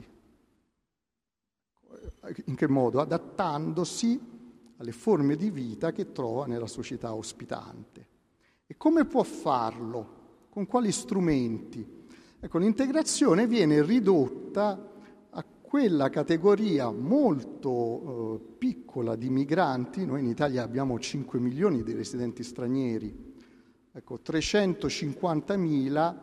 In che modo? Adattandosi alle forme di vita che trova nella società ospitante. E come può farlo? Con quali strumenti? Ecco, l'integrazione viene ridotta a quella categoria molto piccola di migranti. Noi in Italia abbiamo 5 milioni di residenti stranieri, ecco, 350.000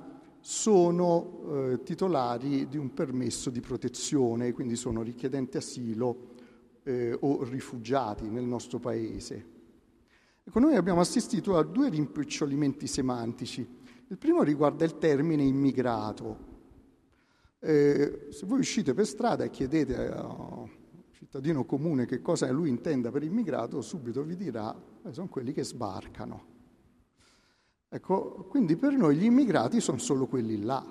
sono titolari di un permesso di protezione, quindi sono richiedenti asilo o rifugiati nel nostro paese. Ecco, noi abbiamo assistito a 2 rimpicciolimenti semantici. Il primo riguarda il termine immigrato. Se voi uscite per strada e chiedete a un cittadino comune che cosa lui intenda per immigrato, subito vi dirà sono quelli che sbarcano. Ecco, quindi per noi gli immigrati sono solo quelli là.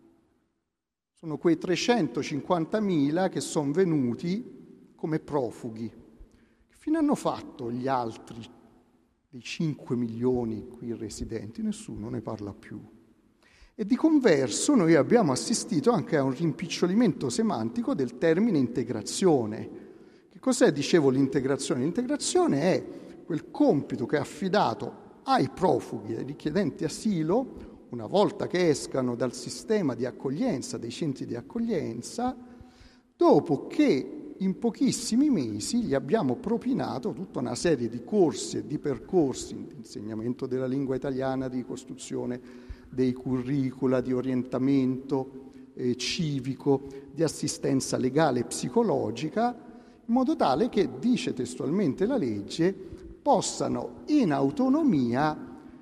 Sono quei 350.000 che sono venuti come profughi. Che fine hanno fatto gli altri dei 5 milioni qui residenti? Nessuno ne parla più. E di converso noi abbiamo assistito anche a un rimpicciolimento semantico del termine integrazione. Che cos'è, dicevo, l'integrazione? L'integrazione è quel compito che è affidato ai profughi, ai richiedenti asilo, una volta che escano dal sistema di accoglienza, dei centri di accoglienza, dopo che in pochissimi mesi gli abbiamo propinato tutta una serie di corsi e di percorsi di insegnamento della lingua italiana, di costruzione dei curricula, di orientamento civico, di assistenza legale e psicologica, in modo tale che, dice testualmente la legge, possano in autonomia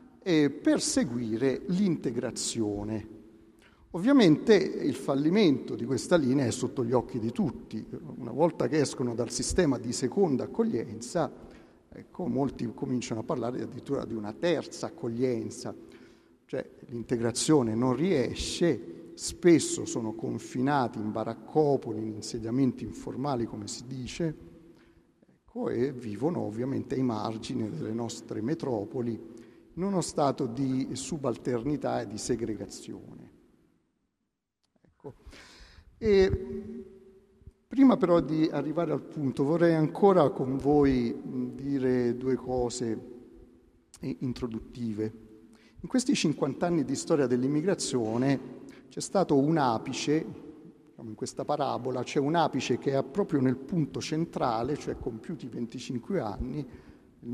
perseguire l'integrazione. Ovviamente il fallimento di questa linea è sotto gli occhi di tutti. Una volta che escono dal sistema di seconda accoglienza, ecco, molti cominciano a parlare addirittura di una terza accoglienza. Cioè l'integrazione non riesce, spesso sono confinati in baraccopoli, in insediamenti informali, come si dice, ecco, e vivono ovviamente ai margini delle nostre metropoli in uno stato di subalternità e di segregazione. Ecco. E prima però di arrivare al punto vorrei ancora con voi dire 2 cose introduttive. In questi 50 anni di storia dell'immigrazione c'è stato un apice, in questa parabola c'è un apice che è proprio nel punto centrale, cioè compiuti 25 anni, nel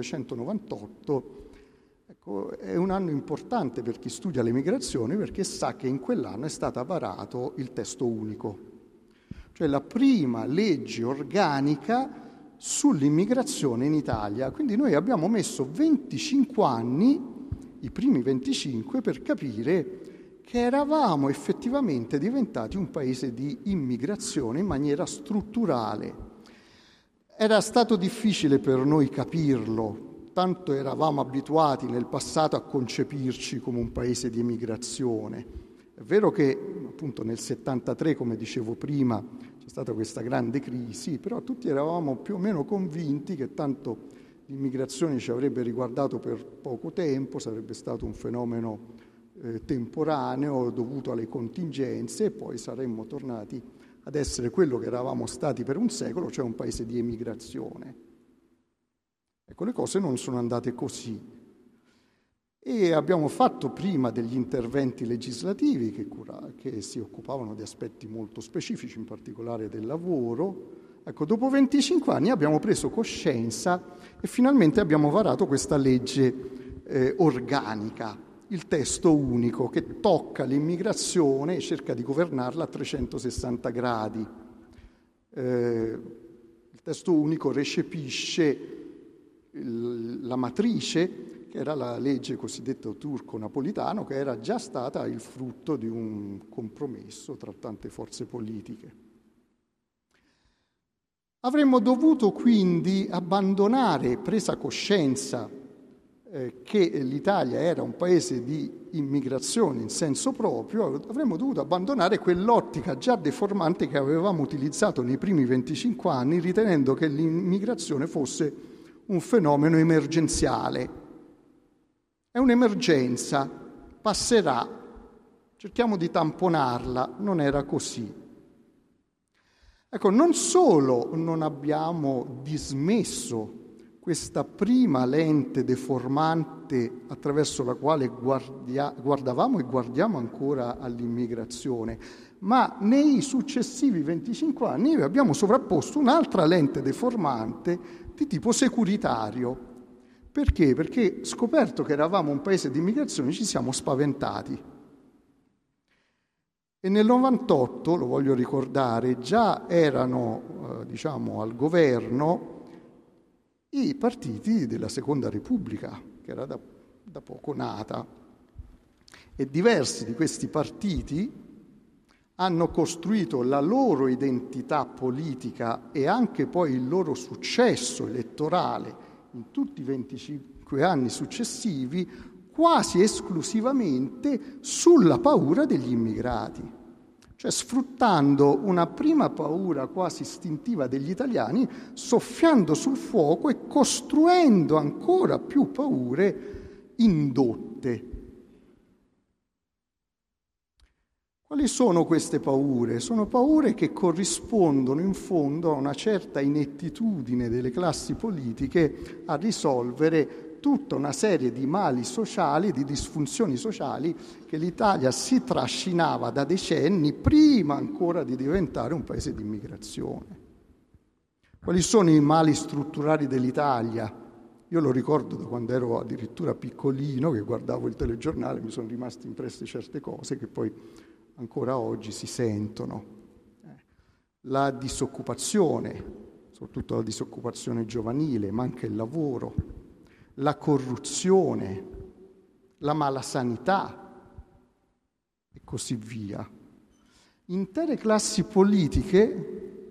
1998. Ecco, è un anno importante per chi studia le migrazioni perché sa che in quell'anno è stato varato il testo unico, cioè la prima legge organica sull'immigrazione in Italia. Quindi noi abbiamo messo 25 anni, i primi 25, per capire che eravamo effettivamente diventati un paese di immigrazione in maniera strutturale. Era stato difficile per noi capirlo, tanto eravamo abituati nel passato a concepirci come un paese di emigrazione. È vero che appunto nel 73, come dicevo prima, c'è stata questa grande crisi, però tutti eravamo più o meno convinti che tanto l'immigrazione ci avrebbe riguardato per poco tempo, sarebbe stato un fenomeno temporaneo dovuto alle contingenze, e poi saremmo tornati ad essere quello che eravamo stati per un secolo, cioè un paese di emigrazione. Ecco, le cose non sono andate così. E abbiamo fatto prima degli interventi legislativi che si occupavano di aspetti molto specifici, in particolare del lavoro. Ecco, dopo 25 anni abbiamo preso coscienza e finalmente abbiamo varato questa legge organica, il testo unico che tocca l'immigrazione e cerca di governarla a 360 gradi. Il testo unico recepisce la matrice, che era la legge cosiddetta turco-napolitano, che era già stata il frutto di un compromesso tra tante forze politiche. Avremmo dovuto quindi abbandonare, presa coscienza che l'Italia era un paese di immigrazione in senso proprio, avremmo dovuto abbandonare quell'ottica già deformante che avevamo utilizzato nei primi 25 anni, ritenendo che l'immigrazione fosse un fenomeno emergenziale. È un'emergenza, passerà, cerchiamo di tamponarla. Non era così. Ecco, non solo non abbiamo dismesso questa prima lente deformante attraverso la quale guardavamo e guardiamo ancora all'immigrazione, ma nei successivi 25 anni abbiamo sovrapposto un'altra lente deformante di tipo securitario. Perché? Perché scoperto che eravamo un paese di immigrazione ci siamo spaventati. E nel 98, lo voglio ricordare, già erano al governo i partiti della Seconda Repubblica, che era da poco nata, e diversi di questi partiti hanno costruito la loro identità politica e anche poi il loro successo elettorale in tutti i 25 anni successivi quasi esclusivamente sulla paura degli immigrati, cioè sfruttando una prima paura quasi istintiva degli italiani, soffiando sul fuoco e costruendo ancora più paure indotte. Quali sono queste paure? Sono paure che corrispondono in fondo a una certa inettitudine delle classi politiche a risolvere tutta una serie di mali sociali, di disfunzioni sociali che l'Italia si trascinava da decenni prima ancora di diventare un paese di immigrazione. Quali sono i mali strutturali dell'Italia? Io lo ricordo da quando ero addirittura piccolino, che guardavo il telegiornale, mi sono rimaste impresse certe cose che poi ancora oggi si sentono. La disoccupazione, soprattutto la disoccupazione giovanile, ma anche il lavoro, la corruzione, la malasanità e così via. Intere classi politiche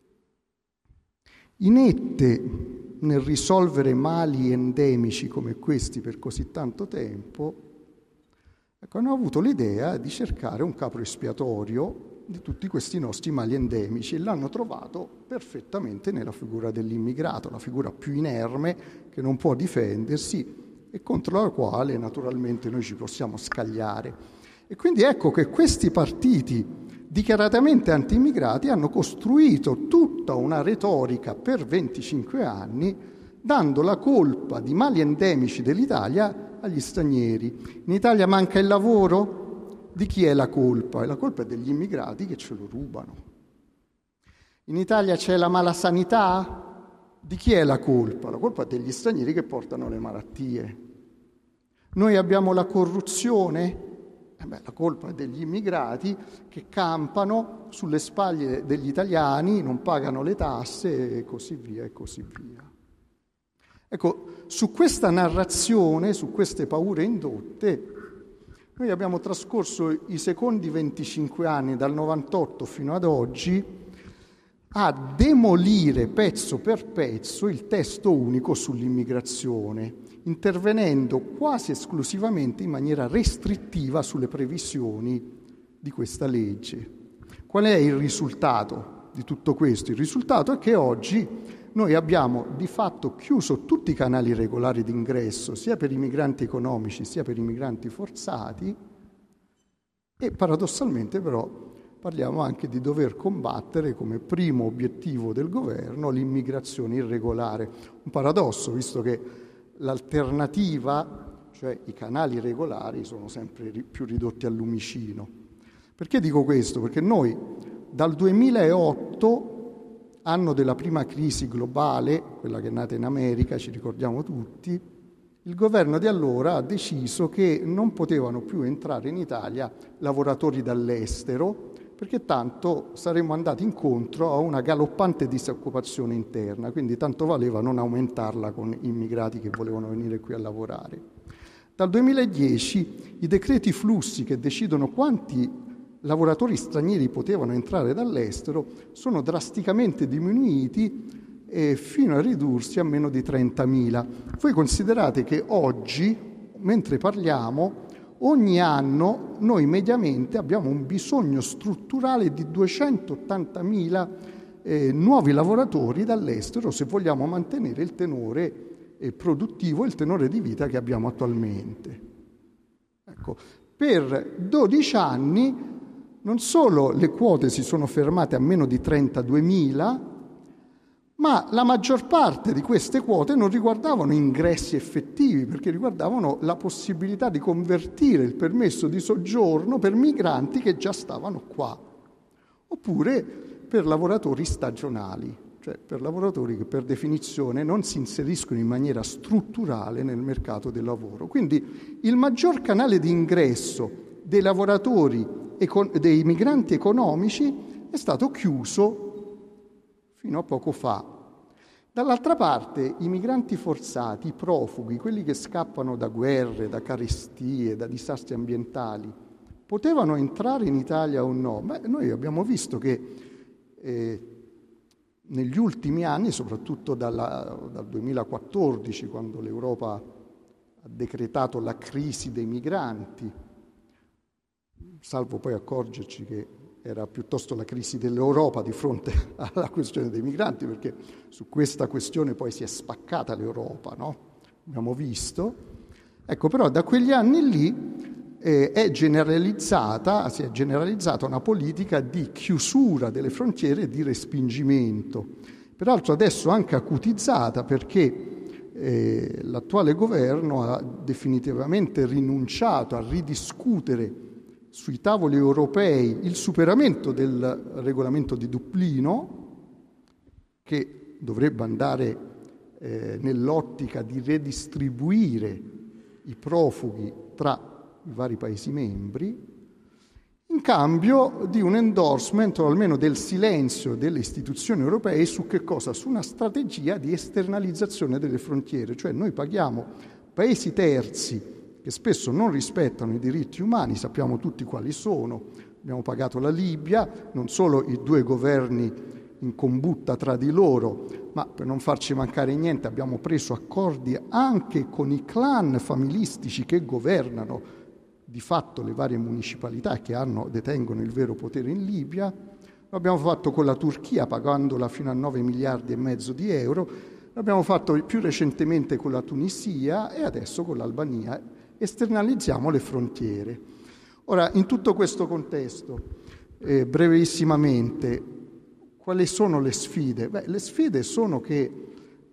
inette nel risolvere mali endemici come questi per così tanto tempo, hanno avuto l'idea di cercare un capro espiatorio di tutti questi nostri mali endemici e l'hanno trovato perfettamente nella figura dell'immigrato, la figura più inerme che non può difendersi e contro la quale naturalmente noi ci possiamo scagliare. E quindi ecco che questi partiti dichiaratamente anti-immigrati hanno costruito tutta una retorica per 25 anni dando la colpa di mali endemici dell'Italia agli stranieri. In Italia manca il lavoro? Di chi è la colpa? E la colpa è degli immigrati che ce lo rubano. In Italia c'è la malasanità? Di chi è la colpa? La colpa è degli stranieri che portano le malattie. Noi abbiamo la corruzione? La colpa è degli immigrati che campano sulle spalle degli italiani, non pagano le tasse e così via e così via. Ecco, su questa narrazione, su queste paure indotte, noi abbiamo trascorso i secondi 25 anni, dal 98 fino ad oggi, a demolire pezzo per pezzo il testo unico sull'immigrazione, intervenendo quasi esclusivamente in maniera restrittiva sulle previsioni di questa legge. Qual è il risultato di tutto questo? Il risultato è che oggi noi abbiamo di fatto chiuso tutti i canali regolari di ingresso, sia per i migranti economici sia per i migranti forzati, e paradossalmente però parliamo anche di dover combattere come primo obiettivo del governo l'immigrazione irregolare. Un paradosso, visto che l'alternativa, cioè i canali regolari, sono sempre più ridotti al lumicino. Perché dico questo? Perché noi dal 2008, anno della prima crisi globale, quella che è nata in America, ci ricordiamo tutti, il governo di allora ha deciso che non potevano più entrare in Italia lavoratori dall'estero, perché tanto saremmo andati incontro a una galoppante disoccupazione interna, quindi tanto valeva non aumentarla con immigrati che volevano venire qui a lavorare. Dal 2010 i decreti flussi che decidono quanti lavoratori stranieri potevano entrare dall'estero sono drasticamente diminuiti fino a ridursi a meno di 30.000. Voi considerate che oggi, mentre parliamo, ogni anno noi mediamente abbiamo un bisogno strutturale di 280.000 nuovi lavoratori dall'estero se vogliamo mantenere il tenore produttivo, il tenore di vita che abbiamo attualmente. Ecco, per 12 anni non solo le quote si sono fermate a meno di 32.000, ma la maggior parte di queste quote non riguardavano ingressi effettivi, perché riguardavano la possibilità di convertire il permesso di soggiorno per migranti che già stavano qua, oppure per lavoratori stagionali, cioè per lavoratori che per definizione non si inseriscono in maniera strutturale nel mercato del lavoro. Quindi il maggior canale di ingresso dei lavoratori, dei migranti economici, è stato chiuso fino a poco fa. Dall'altra parte, i migranti forzati, i profughi, quelli che scappano da guerre, da carestie, da disastri ambientali, potevano entrare in Italia o no? Beh, noi abbiamo visto che negli ultimi anni, soprattutto dal 2014, quando l'Europa ha decretato la crisi dei migranti, salvo poi accorgerci che era piuttosto la crisi dell'Europa di fronte alla questione dei migranti, perché su questa questione poi si è spaccata l'Europa, no? Abbiamo visto. Ecco, però da quegli anni lì si è generalizzata una politica di chiusura delle frontiere e di respingimento. Peraltro adesso anche acutizzata, perché l'attuale governo ha definitivamente rinunciato a ridiscutere sui tavoli europei il superamento del regolamento di Dublino, che dovrebbe andare nell'ottica di redistribuire i profughi tra i vari Paesi membri, in cambio di un endorsement o almeno del silenzio delle istituzioni europee su che cosa? Su una strategia di esternalizzazione delle frontiere, cioè noi paghiamo Paesi terzi che spesso non rispettano i diritti umani, sappiamo tutti quali sono. Abbiamo pagato la Libia, non solo i due governi in combutta tra di loro, ma per non farci mancare niente abbiamo preso accordi anche con i clan familistici che governano di fatto le varie municipalità che detengono il vero potere in Libia. Lo abbiamo fatto con la Turchia pagandola fino a 9 miliardi e mezzo di euro, l'abbiamo fatto più recentemente con la Tunisia e adesso con l'Albania. Esternalizziamo le frontiere. Ora, in tutto questo contesto, brevissimamente, quali sono le sfide? Beh, le sfide sono che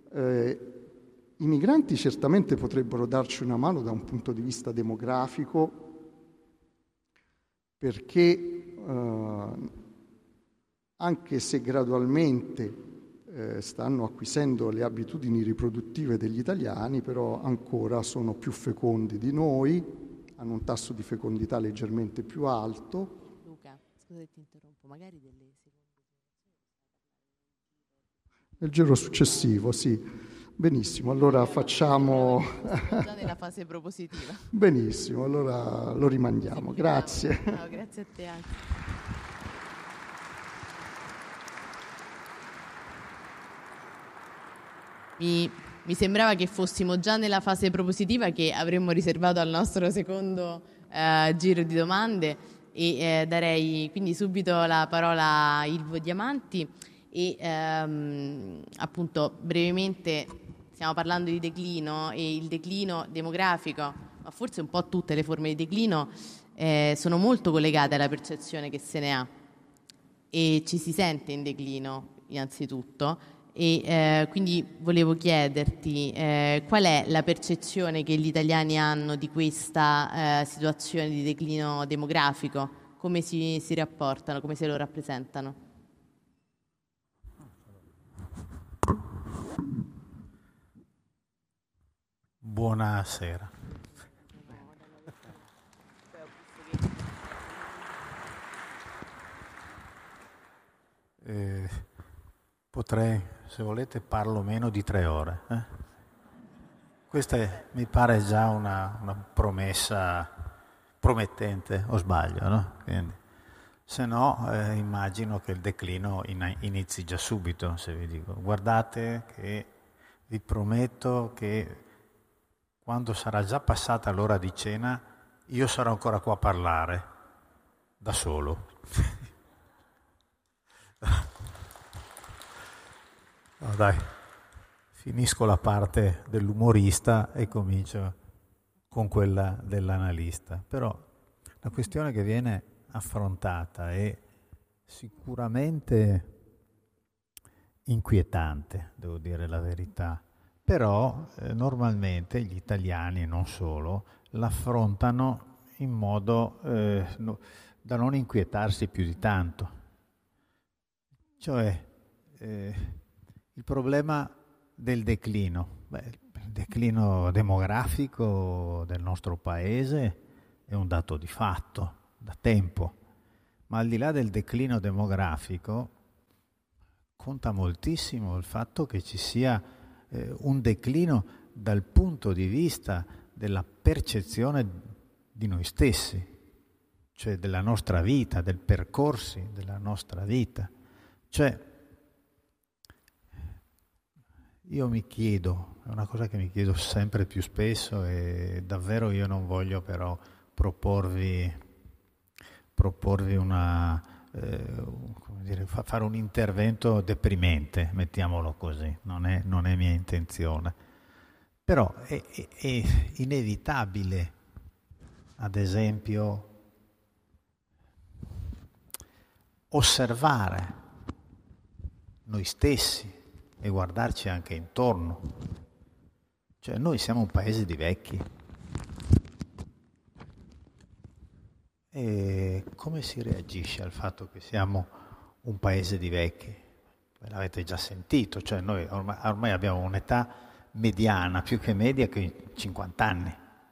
i migranti certamente potrebbero darci una mano da un punto di vista demografico, perché anche se gradualmente stanno acquisendo le abitudini riproduttive degli italiani, però ancora sono più fecondi di noi, hanno un tasso di fecondità leggermente più alto. Luca, scusa se ti interrompo, magari delle seconde. Nel giro successivo, sì. Benissimo, allora facciamo... Già nella fase propositiva. Benissimo, allora lo rimandiamo. Grazie. No, grazie a te anche. Mi sembrava che fossimo già nella fase propositiva che avremmo riservato al nostro secondo giro di domande e darei quindi subito la parola a Ilvo Diamanti e appunto brevemente stiamo parlando di declino e il declino demografico, ma forse un po' tutte le forme di declino sono molto collegate alla percezione che se ne ha e ci si sente in declino innanzitutto. E quindi volevo chiederti qual è la percezione che gli italiani hanno di questa situazione di declino demografico, come si rapportano, come se lo rappresentano? Buonasera. Potrei, se volete, parlo meno di 3 ore. Questa mi pare già una promessa promettente, o sbaglio, no? Quindi, se no, immagino che il declino inizi già subito, se vi dico. Guardate che vi prometto che quando sarà già passata l'ora di cena, io sarò ancora qua a parlare, da solo. No, dai, finisco la parte dell'umorista e comincio con quella dell'analista. Però la questione che viene affrontata è sicuramente inquietante, devo dire la verità, però normalmente gli italiani e non solo l'affrontano in modo da non inquietarsi più di tanto. Cioè il problema del declino, il declino demografico del nostro paese è un dato di fatto, da tempo, ma al di là del declino demografico conta moltissimo il fatto che ci sia un declino dal punto di vista della percezione di noi stessi, cioè della nostra vita, del percorsi della nostra vita. Cioè, io mi chiedo, è una cosa che mi chiedo sempre più spesso e davvero io non voglio però proporvi una, come dire, fare un intervento deprimente, mettiamolo così, non è mia intenzione. Però è inevitabile, ad esempio, osservare noi stessi e guardarci anche intorno. Cioè noi siamo un paese di vecchi. E come si reagisce al fatto che siamo un paese di vecchi? Ve l'avete già sentito, cioè noi ormai abbiamo un'età mediana, più che media, che 50 anni.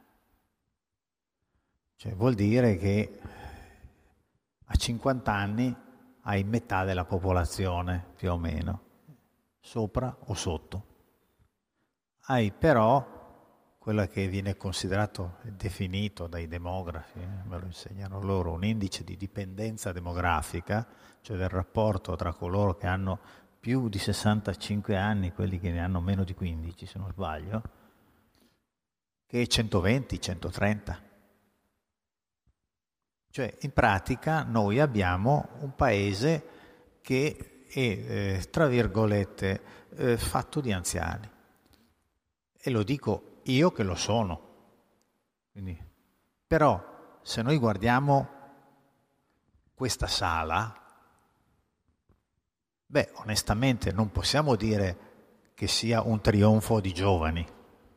Cioè vuol dire che a 50 anni hai metà della popolazione, più o meno, sopra o sotto. Hai però quella che viene considerato e definito dai demografi, me lo insegnano loro, un indice di dipendenza demografica, cioè del rapporto tra coloro che hanno più di 65 anni, quelli che ne hanno meno di 15, se non sbaglio, che è 120, 130. Cioè, in pratica, noi abbiamo un paese che è, tra virgolette, fatto di anziani. E lo dico io che lo sono. Quindi, però, se noi guardiamo questa sala, onestamente non possiamo dire che sia un trionfo di giovani.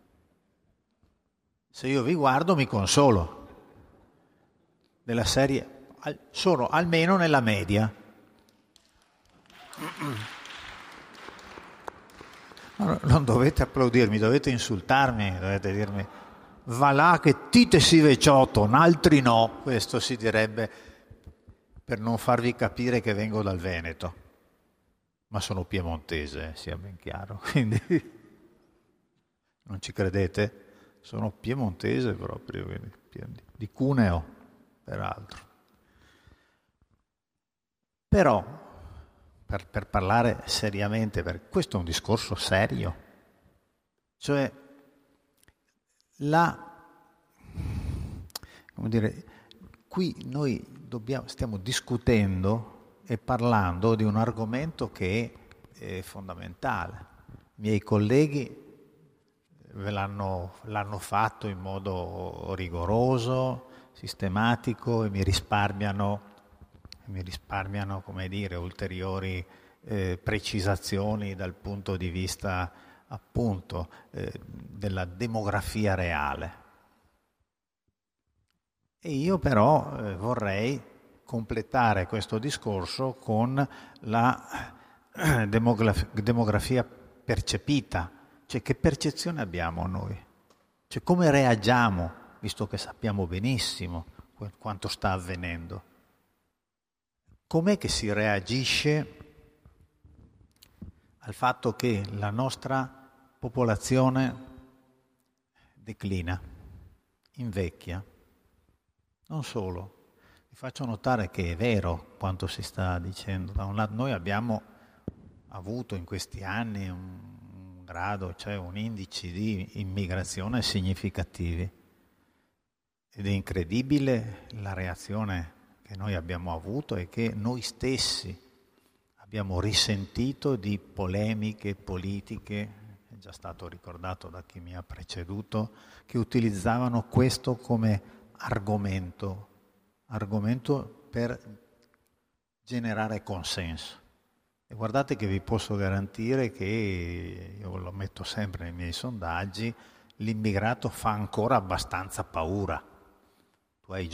Se io vi guardo mi consolo. Della serie, sono almeno nella media. Non dovete applaudirmi, dovete insultarmi, dovete dirmi va là che tite si veciotto, altri no. Questo si direbbe per non farvi capire che vengo dal Veneto, ma sono piemontese, sia ben chiaro, quindi non ci credete? Sono piemontese proprio, di Cuneo peraltro. Però, per parlare seriamente, questo è un discorso serio, Cioè, qui noi stiamo discutendo e parlando di un argomento che è fondamentale. I miei colleghi l'hanno fatto in modo rigoroso, sistematico e mi risparmiano, come dire, ulteriori precisazioni dal punto di vista appunto della demografia reale. E io però vorrei completare questo discorso con la demografia percepita, cioè che percezione abbiamo noi, cioè come reagiamo, visto che sappiamo benissimo quanto sta avvenendo. Com'è che si reagisce al fatto che la nostra popolazione declina, invecchia? Non solo, vi faccio notare che è vero quanto si sta dicendo. Da un lato noi abbiamo avuto in questi anni un grado, cioè un indice di immigrazione significativi ed è incredibile la reazione che noi abbiamo avuto e che noi stessi abbiamo risentito di polemiche politiche, è già stato ricordato da chi mi ha preceduto, che utilizzavano questo come argomento per generare consenso. E guardate che vi posso garantire che, io lo metto sempre nei miei sondaggi, l'immigrato fa ancora abbastanza paura. Tu hai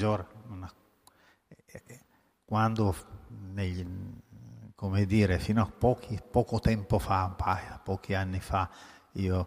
quando come dire, fino a poco tempo fa, pochi anni fa, io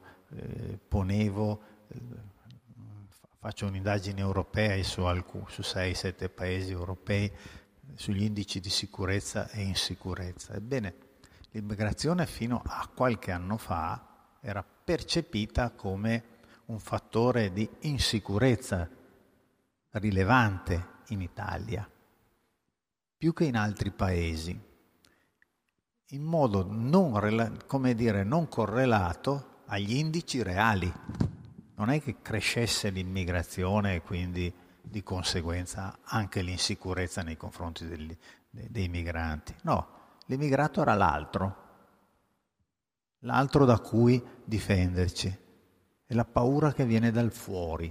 faccio un'indagine europea su 6-7 paesi europei sugli indici di sicurezza e insicurezza. Ebbene, l'immigrazione fino a qualche anno fa era percepita come un fattore di insicurezza rilevante in Italia, più che in altri paesi, in modo non correlato agli indici reali. Non è che crescesse l'immigrazione e quindi di conseguenza anche l'insicurezza nei confronti dei migranti. No, l'immigrato era l'altro da cui difenderci, è la paura che viene dal fuori.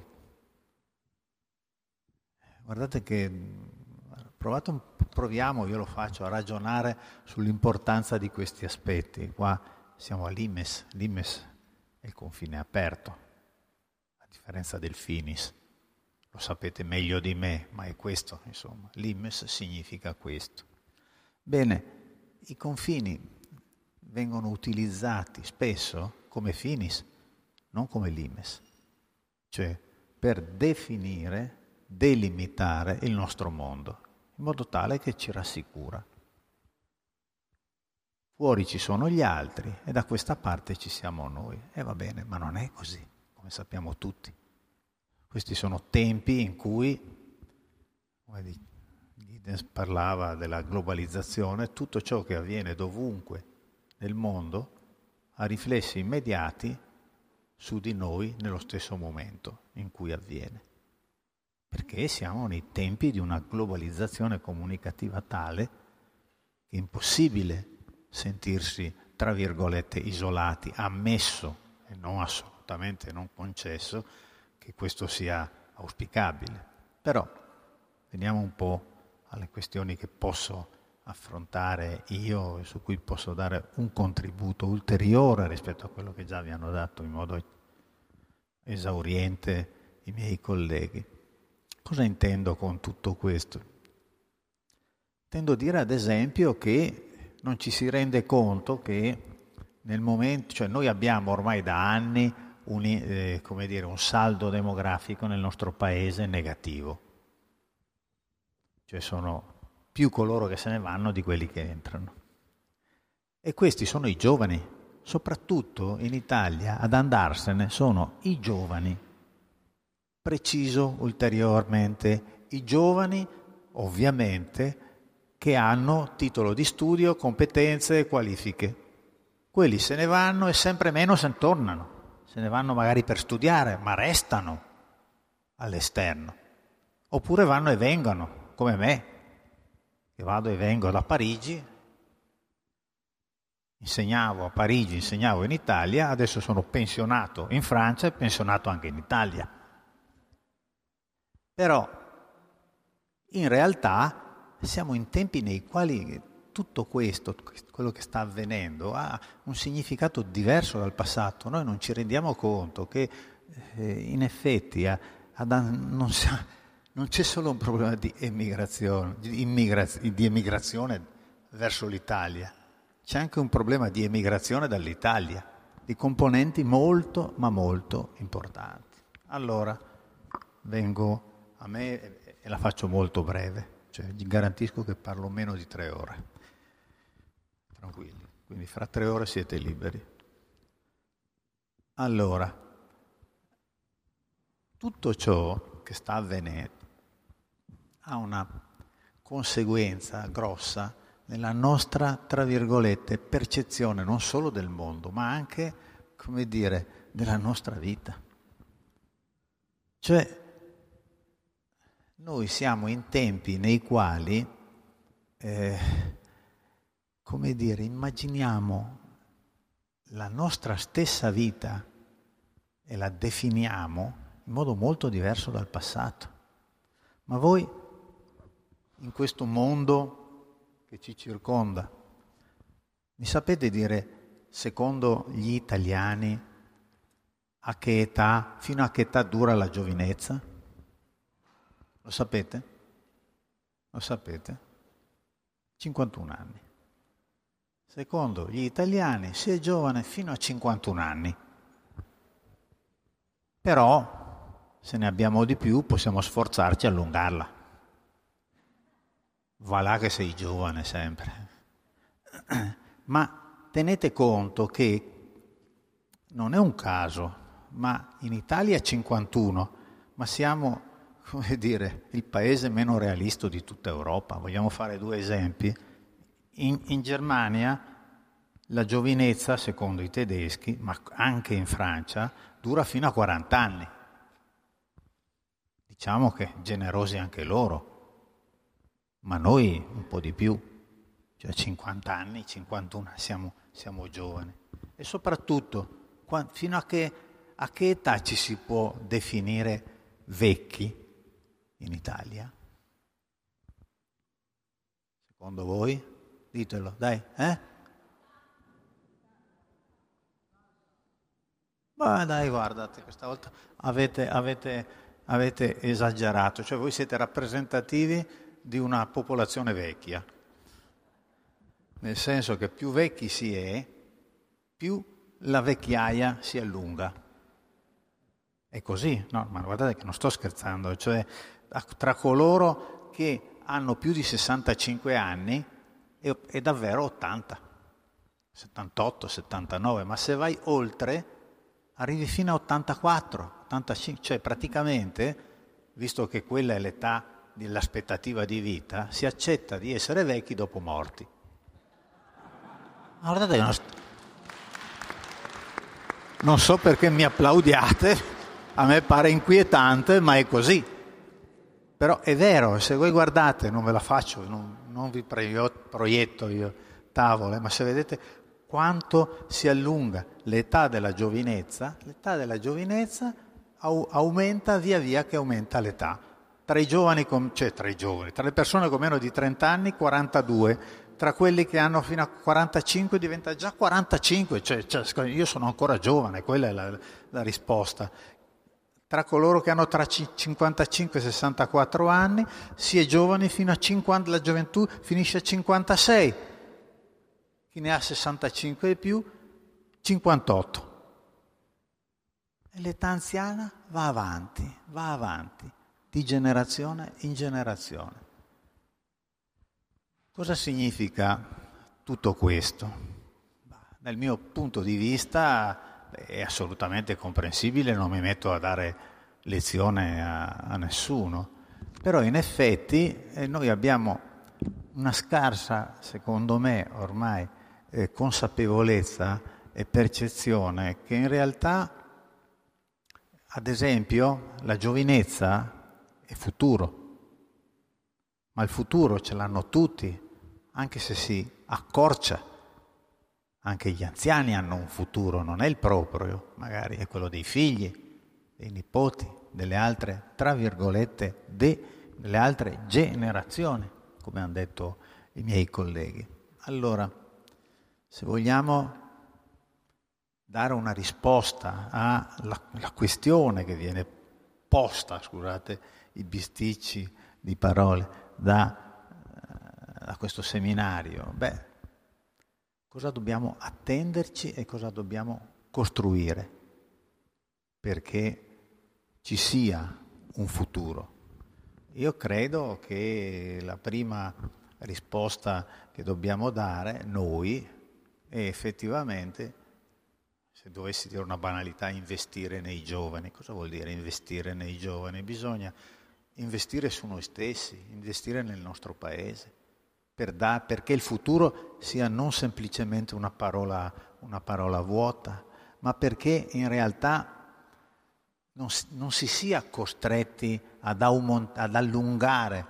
Guardate che proviamo, io lo faccio, a ragionare sull'importanza di questi aspetti. Qua siamo a Limes è il confine aperto, a differenza del Finis. Lo sapete meglio di me, ma è questo, insomma. Limes significa questo. Bene, i confini vengono utilizzati spesso come Finis, non come Limes, cioè per delimitare il nostro mondo, in modo tale che ci rassicura. Fuori ci sono gli altri e da questa parte ci siamo noi. E va bene, ma non è così, come sappiamo tutti. Questi sono tempi in cui, come Giddens parlava della globalizzazione, tutto ciò che avviene dovunque nel mondo ha riflessi immediati su di noi nello stesso momento in cui avviene. Perché siamo nei tempi di una globalizzazione comunicativa tale che è impossibile sentirsi, tra virgolette, isolati, ammesso e non assolutamente non concesso che questo sia auspicabile. Però veniamo un po' alle questioni che posso affrontare io e su cui posso dare un contributo ulteriore rispetto a quello che già vi hanno dato in modo esauriente i miei colleghi. Cosa intendo con tutto questo? Intendo dire ad esempio che non ci si rende conto che nel momento, cioè noi abbiamo ormai da anni un saldo demografico nel nostro paese negativo, cioè sono più coloro che se ne vanno di quelli che entrano. E questi sono i giovani, soprattutto in Italia ad andarsene sono i giovani. Preciso ulteriormente, i giovani ovviamente che hanno titolo di studio, competenze e qualifiche. Quelli se ne vanno e sempre meno se ne tornano. se ne vanno magari per studiare, ma restano all'esterno. Oppure vanno e vengono, come me, che vado e vengo da Parigi, insegnavo a Parigi, insegnavo in Italia, adesso sono pensionato in Francia e pensionato anche in Italia. Però in realtà siamo in tempi nei quali tutto questo, quello che sta avvenendo, ha un significato diverso dal passato. Noi non ci rendiamo conto che in effetti non c'è solo un problema di emigrazione, di emigrazione verso l'Italia, c'è anche un problema di emigrazione dall'Italia, di componenti molto, ma molto importanti. Allora, vengo a me e la faccio molto breve, cioè vi garantisco che parlo meno di 3 ore. Tranquilli, quindi fra 3 ore siete liberi. Allora, tutto ciò che sta avvenendo ha una conseguenza grossa nella nostra, tra virgolette, percezione non solo del mondo, ma anche, come dire, della nostra vita. Cioè, noi siamo in tempi nei quali, come dire, immaginiamo la nostra stessa vita e la definiamo in modo molto diverso dal passato. Ma voi, in questo mondo che ci circonda, mi sapete dire, secondo gli italiani, a che età, fino a che età dura la giovinezza? Lo sapete? Lo sapete? 51 anni. Secondo gli italiani si è giovane fino a 51 anni. Però, se ne abbiamo di più, possiamo sforzarci a allungarla. Va là che sei giovane sempre. Ma tenete conto che non è un caso, ma in Italia 51, ma siamo, come dire, il paese meno realista di tutta Europa. Vogliamo fare 2 esempi? In Germania la giovinezza, secondo i tedeschi, ma anche in Francia, dura fino a 40 anni. Diciamo che generosi anche loro. Ma noi un po' di più, cioè 50 anni, 51 siamo giovani. E soprattutto, fino a che età ci si può definire vecchi in Italia? Secondo voi? Ditelo, dai, Ma dai, guardate, questa volta avete esagerato, cioè voi siete rappresentativi di una popolazione vecchia, nel senso che più vecchi si è, più la vecchiaia si allunga. È così, no? Ma guardate che non sto scherzando, cioè tra coloro che hanno più di 65 anni è davvero 80, 78, 79, ma se vai oltre arrivi fino a 84, 85, cioè praticamente, visto che quella è l'età dell'aspettativa di vita, si accetta di essere vecchi dopo morti. Guardate, non so perché mi applaudiate, a me pare inquietante, ma è così. Però è vero, se voi guardate, non ve la faccio, non vi proietto io tavole, ma se vedete quanto si allunga l'età della giovinezza aumenta via via che aumenta l'età. Tra i giovani, tra le persone con meno di 30 anni, 42, tra quelli che hanno fino a 45 diventa già 45, cioè io sono ancora giovane, quella è la risposta. Tra coloro che hanno tra 55 e 64 anni si è giovani fino a 50, la gioventù finisce a 56, chi ne ha 65 e più, 58. E l'età anziana va avanti, di generazione in generazione. Cosa significa tutto questo? Dal mio punto di vista è assolutamente comprensibile, non mi metto a dare lezione a nessuno, però in effetti noi abbiamo una scarsa, secondo me, ormai consapevolezza e percezione che in realtà Ad esempio, la giovinezza è futuro, ma il futuro ce l'hanno tutti, anche se si accorcia. Anche gli anziani hanno un futuro, non è il proprio, magari è quello dei figli, dei nipoti, delle altre, tra virgolette, delle altre generazioni, come hanno detto i miei colleghi. Allora, se vogliamo dare una risposta alla questione che viene posta, scusate i bisticci di parole, da questo seminario, cosa dobbiamo attenderci e cosa dobbiamo costruire perché ci sia un futuro? Io credo che la prima risposta che dobbiamo dare noi è effettivamente, se dovessi dire una banalità, investire nei giovani. Cosa vuol dire investire nei giovani? Bisogna investire su noi stessi, investire nel nostro paese, perché il futuro sia non semplicemente una parola vuota, ma perché in realtà non si sia costretti ad allungare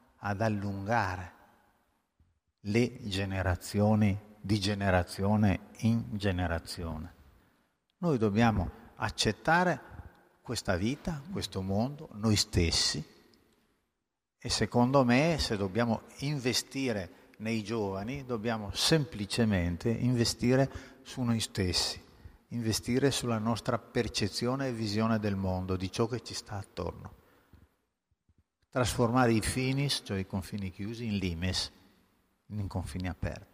le generazioni di generazione in generazione. Noi dobbiamo accettare questa vita, questo mondo, noi stessi, e secondo me se dobbiamo investire nei giovani dobbiamo semplicemente investire su noi stessi, investire sulla nostra percezione e visione del mondo, di ciò che ci sta attorno. Trasformare i finis, cioè i confini chiusi, in limes, in confini aperti.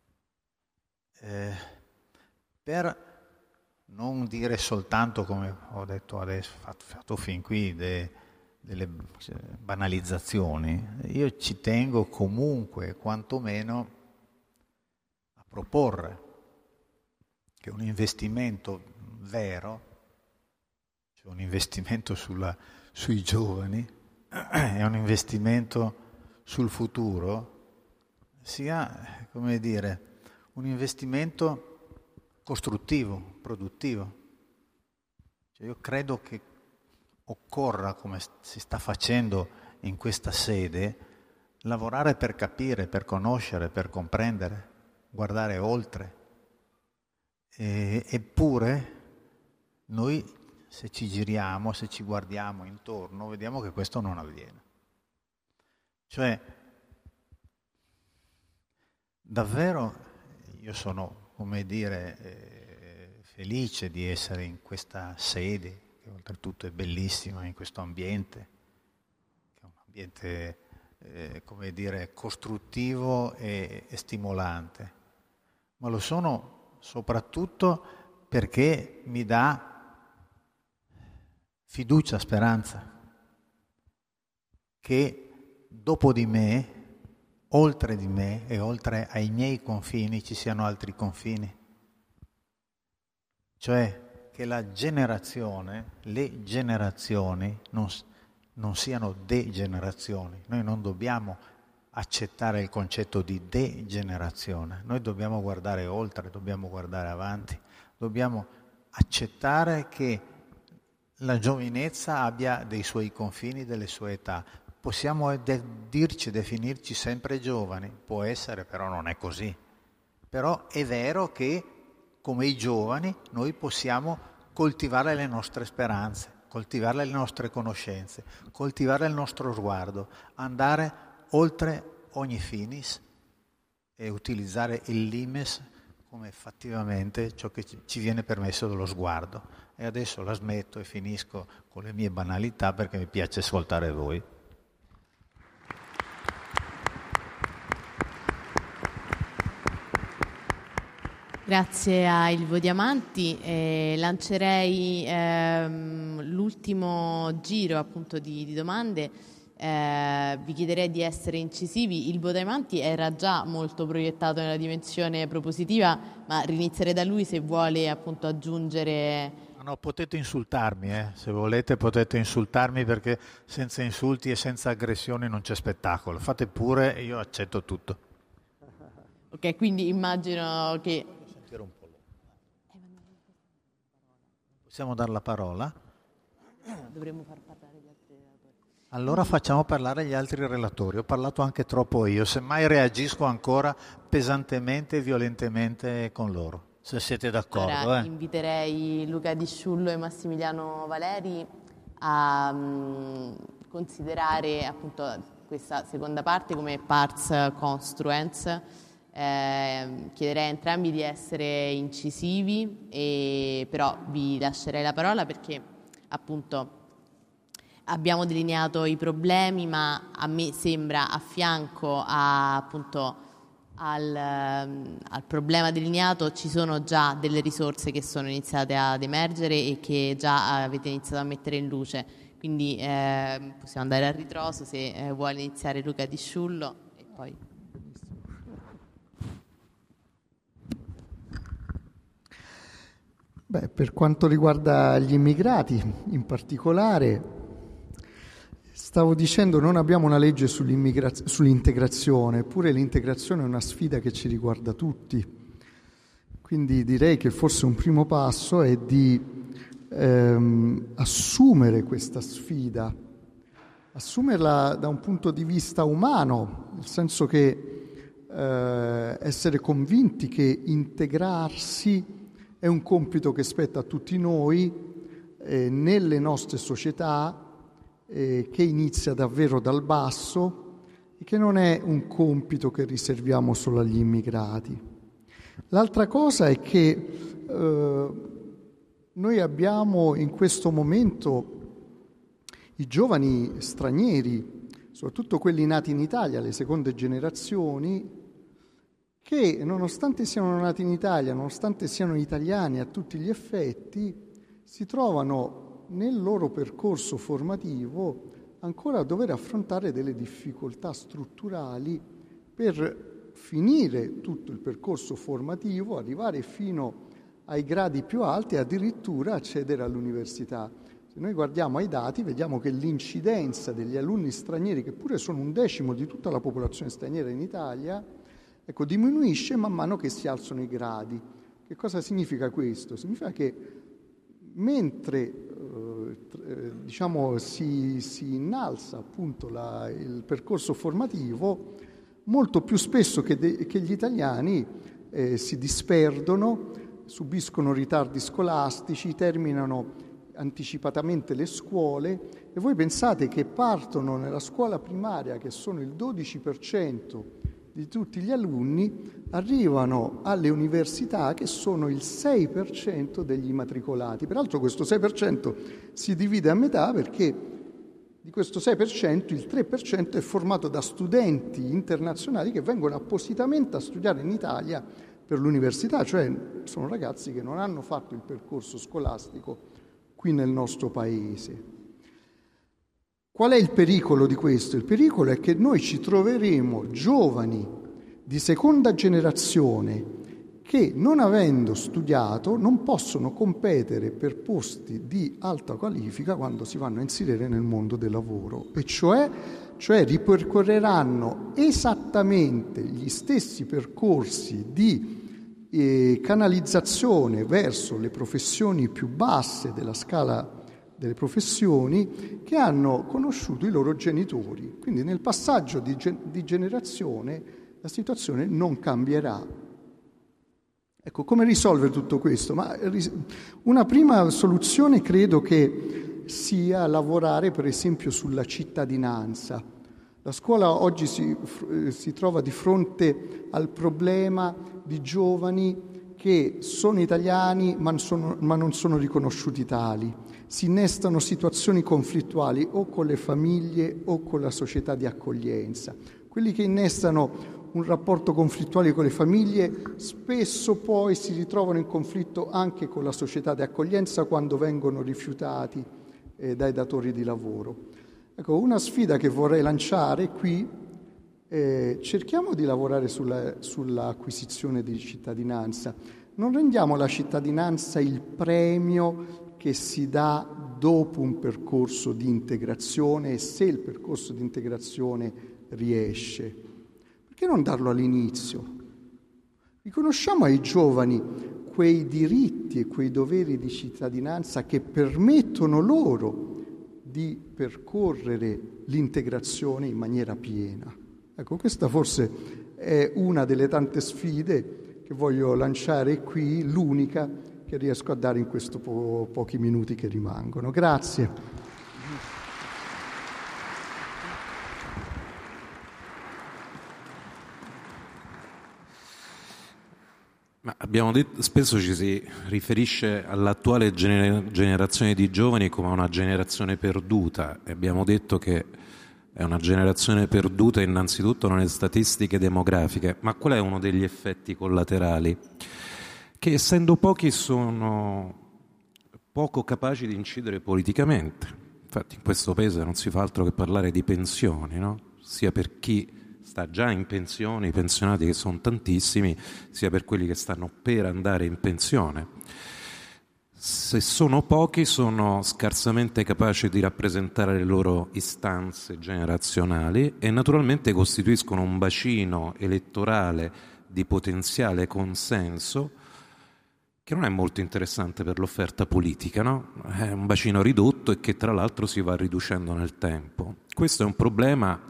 Per non dire soltanto, come ho detto adesso, fatto fin qui, delle banalizzazioni, io ci tengo comunque quantomeno a proporre che un investimento vero, cioè un investimento sui giovani e un investimento sul futuro, sia, come dire, un investimento costruttivo, produttivo. Cioè io credo che occorra, come si sta facendo in questa sede, lavorare per capire, per conoscere, per comprendere, guardare oltre. Eppure noi, se ci giriamo, se ci guardiamo intorno, vediamo che questo non avviene. Cioè, davvero io sono, come dire, felice di essere in questa sede, che oltretutto è bellissima, in questo ambiente, che è un ambiente, come dire, costruttivo e stimolante. Ma lo sono soprattutto perché mi dà fiducia, speranza, che dopo di me, oltre di me e oltre ai miei confini ci siano altri confini. Cioè che le generazioni non siano degenerazioni. Noi non dobbiamo accettare il concetto di degenerazione, noi dobbiamo guardare oltre, dobbiamo guardare avanti, dobbiamo accettare che la giovinezza abbia dei suoi confini, delle sue età. Possiamo definirci sempre giovani, può essere, però non è così. Però è vero che come i giovani noi possiamo coltivare le nostre speranze, coltivare le nostre conoscenze, coltivare il nostro sguardo, andare oltre ogni finis e utilizzare il limes come effettivamente ciò che ci viene permesso dallo sguardo. E adesso la smetto e finisco con le mie banalità perché mi piace ascoltare voi. Grazie a Ilvo Diamanti. Lancerei l'ultimo giro appunto di domande. Vi chiederei di essere incisivi. Ilvo Diamanti era già molto proiettato nella dimensione propositiva, ma rinizierei da lui se vuole appunto aggiungere. No, potete insultarmi, se volete potete insultarmi, perché senza insulti e senza aggressioni non c'è spettacolo. Fate pure, io accetto tutto. Ok, quindi immagino che... Possiamo dare la parola? dovremmo far parlare gli altri relatori. Allora facciamo parlare gli altri relatori. Ho parlato anche troppo io, semmai reagisco ancora pesantemente e violentemente con loro, se siete d'accordo. Allora, inviterei Luca Di Sciullo e Massimiliano Valeri a considerare appunto questa seconda parte come pars construens. Chiederei a entrambi di essere incisivi, però vi lascerei la parola perché appunto abbiamo delineato i problemi, ma a me sembra a fianco appunto al problema delineato ci sono già delle risorse che sono iniziate ad emergere e che già avete iniziato a mettere in luce, quindi possiamo andare a ritroso se vuole iniziare Luca Di Sciullo e poi... Beh, per quanto riguarda gli immigrati in particolare, stavo dicendo non abbiamo una legge sull'integrazione, eppure l'integrazione è una sfida che ci riguarda tutti. Quindi direi che forse un primo passo è di assumere questa sfida, assumerla da un punto di vista umano, nel senso che essere convinti che integrarsi è un compito che spetta a tutti noi nelle nostre società, che inizia davvero dal basso e che non è un compito che riserviamo solo agli immigrati. L'altra cosa è che noi abbiamo in questo momento i giovani stranieri, soprattutto quelli nati in Italia, le seconde generazioni, che nonostante siano nati in Italia, nonostante siano italiani a tutti gli effetti, si trovano nel loro percorso formativo ancora a dover affrontare delle difficoltà strutturali per finire tutto il percorso formativo, arrivare fino ai gradi più alti e addirittura accedere all'università. Se noi guardiamo ai dati vediamo che l'incidenza degli alunni stranieri, che pure sono 1/10 di tutta la popolazione straniera in Italia, diminuisce man mano che si alzano i gradi. Che cosa significa questo? Significa che mentre si innalza appunto il percorso formativo, molto più spesso che gli italiani si disperdono, subiscono ritardi scolastici, terminano anticipatamente le scuole, e voi pensate che partono nella scuola primaria, che sono il 12% di tutti gli alunni, arrivano alle università che sono il 6% degli immatricolati. Peraltro questo 6% si divide a metà perché di questo 6% il 3% è formato da studenti internazionali che vengono appositamente a studiare in Italia per l'università, cioè sono ragazzi che non hanno fatto il percorso scolastico qui nel nostro paese. Qual è il pericolo di questo? Il pericolo è che noi ci troveremo giovani di seconda generazione che, non avendo studiato, non possono competere per posti di alta qualifica quando si vanno a inserire nel mondo del lavoro, e cioè ripercorreranno esattamente gli stessi percorsi di canalizzazione verso le professioni più basse della scala delle professioni che hanno conosciuto i loro genitori. Quindi nel passaggio di generazione la situazione non cambierà. Ecco, come risolvere tutto questo? Ma una prima soluzione credo che sia lavorare per esempio sulla cittadinanza. La scuola oggi si trova di fronte al problema di giovani che sono italiani ma non sono riconosciuti tali. Si innestano situazioni conflittuali o con le famiglie o con la società di accoglienza. Quelli che innestano un rapporto conflittuale con le famiglie spesso poi si ritrovano in conflitto anche con la società di accoglienza quando vengono rifiutati dai datori di lavoro. Ecco, una sfida che vorrei lanciare qui, cerchiamo di lavorare sull'acquisizione di cittadinanza. Non rendiamo la cittadinanza il premio che si dà dopo un percorso di integrazione, e se il percorso di integrazione riesce. Perché non darlo all'inizio? Riconosciamo ai giovani quei diritti e quei doveri di cittadinanza che permettono loro di percorrere l'integrazione in maniera piena. Ecco, questa forse è una delle tante sfide che voglio lanciare qui, l'unica che riesco a dare in questi pochi minuti che rimangono. Grazie. Ma abbiamo detto, spesso ci si riferisce all'attuale generazione di giovani come a una generazione perduta, e abbiamo detto che è una generazione perduta innanzitutto nelle statistiche demografiche, ma qual è uno degli effetti collaterali? Che essendo pochi sono poco capaci di incidere politicamente. Infatti in questo paese non si fa altro che parlare di pensioni, no? Sia per chi sta già in pensione, i pensionati che sono tantissimi, sia per quelli che stanno per andare in pensione. Se sono pochi, sono scarsamente capaci di rappresentare le loro istanze generazionali e naturalmente costituiscono un bacino elettorale di potenziale consenso che non è molto interessante per l'offerta politica, no? È un bacino ridotto e che tra l'altro si va riducendo nel tempo. Questo è un problema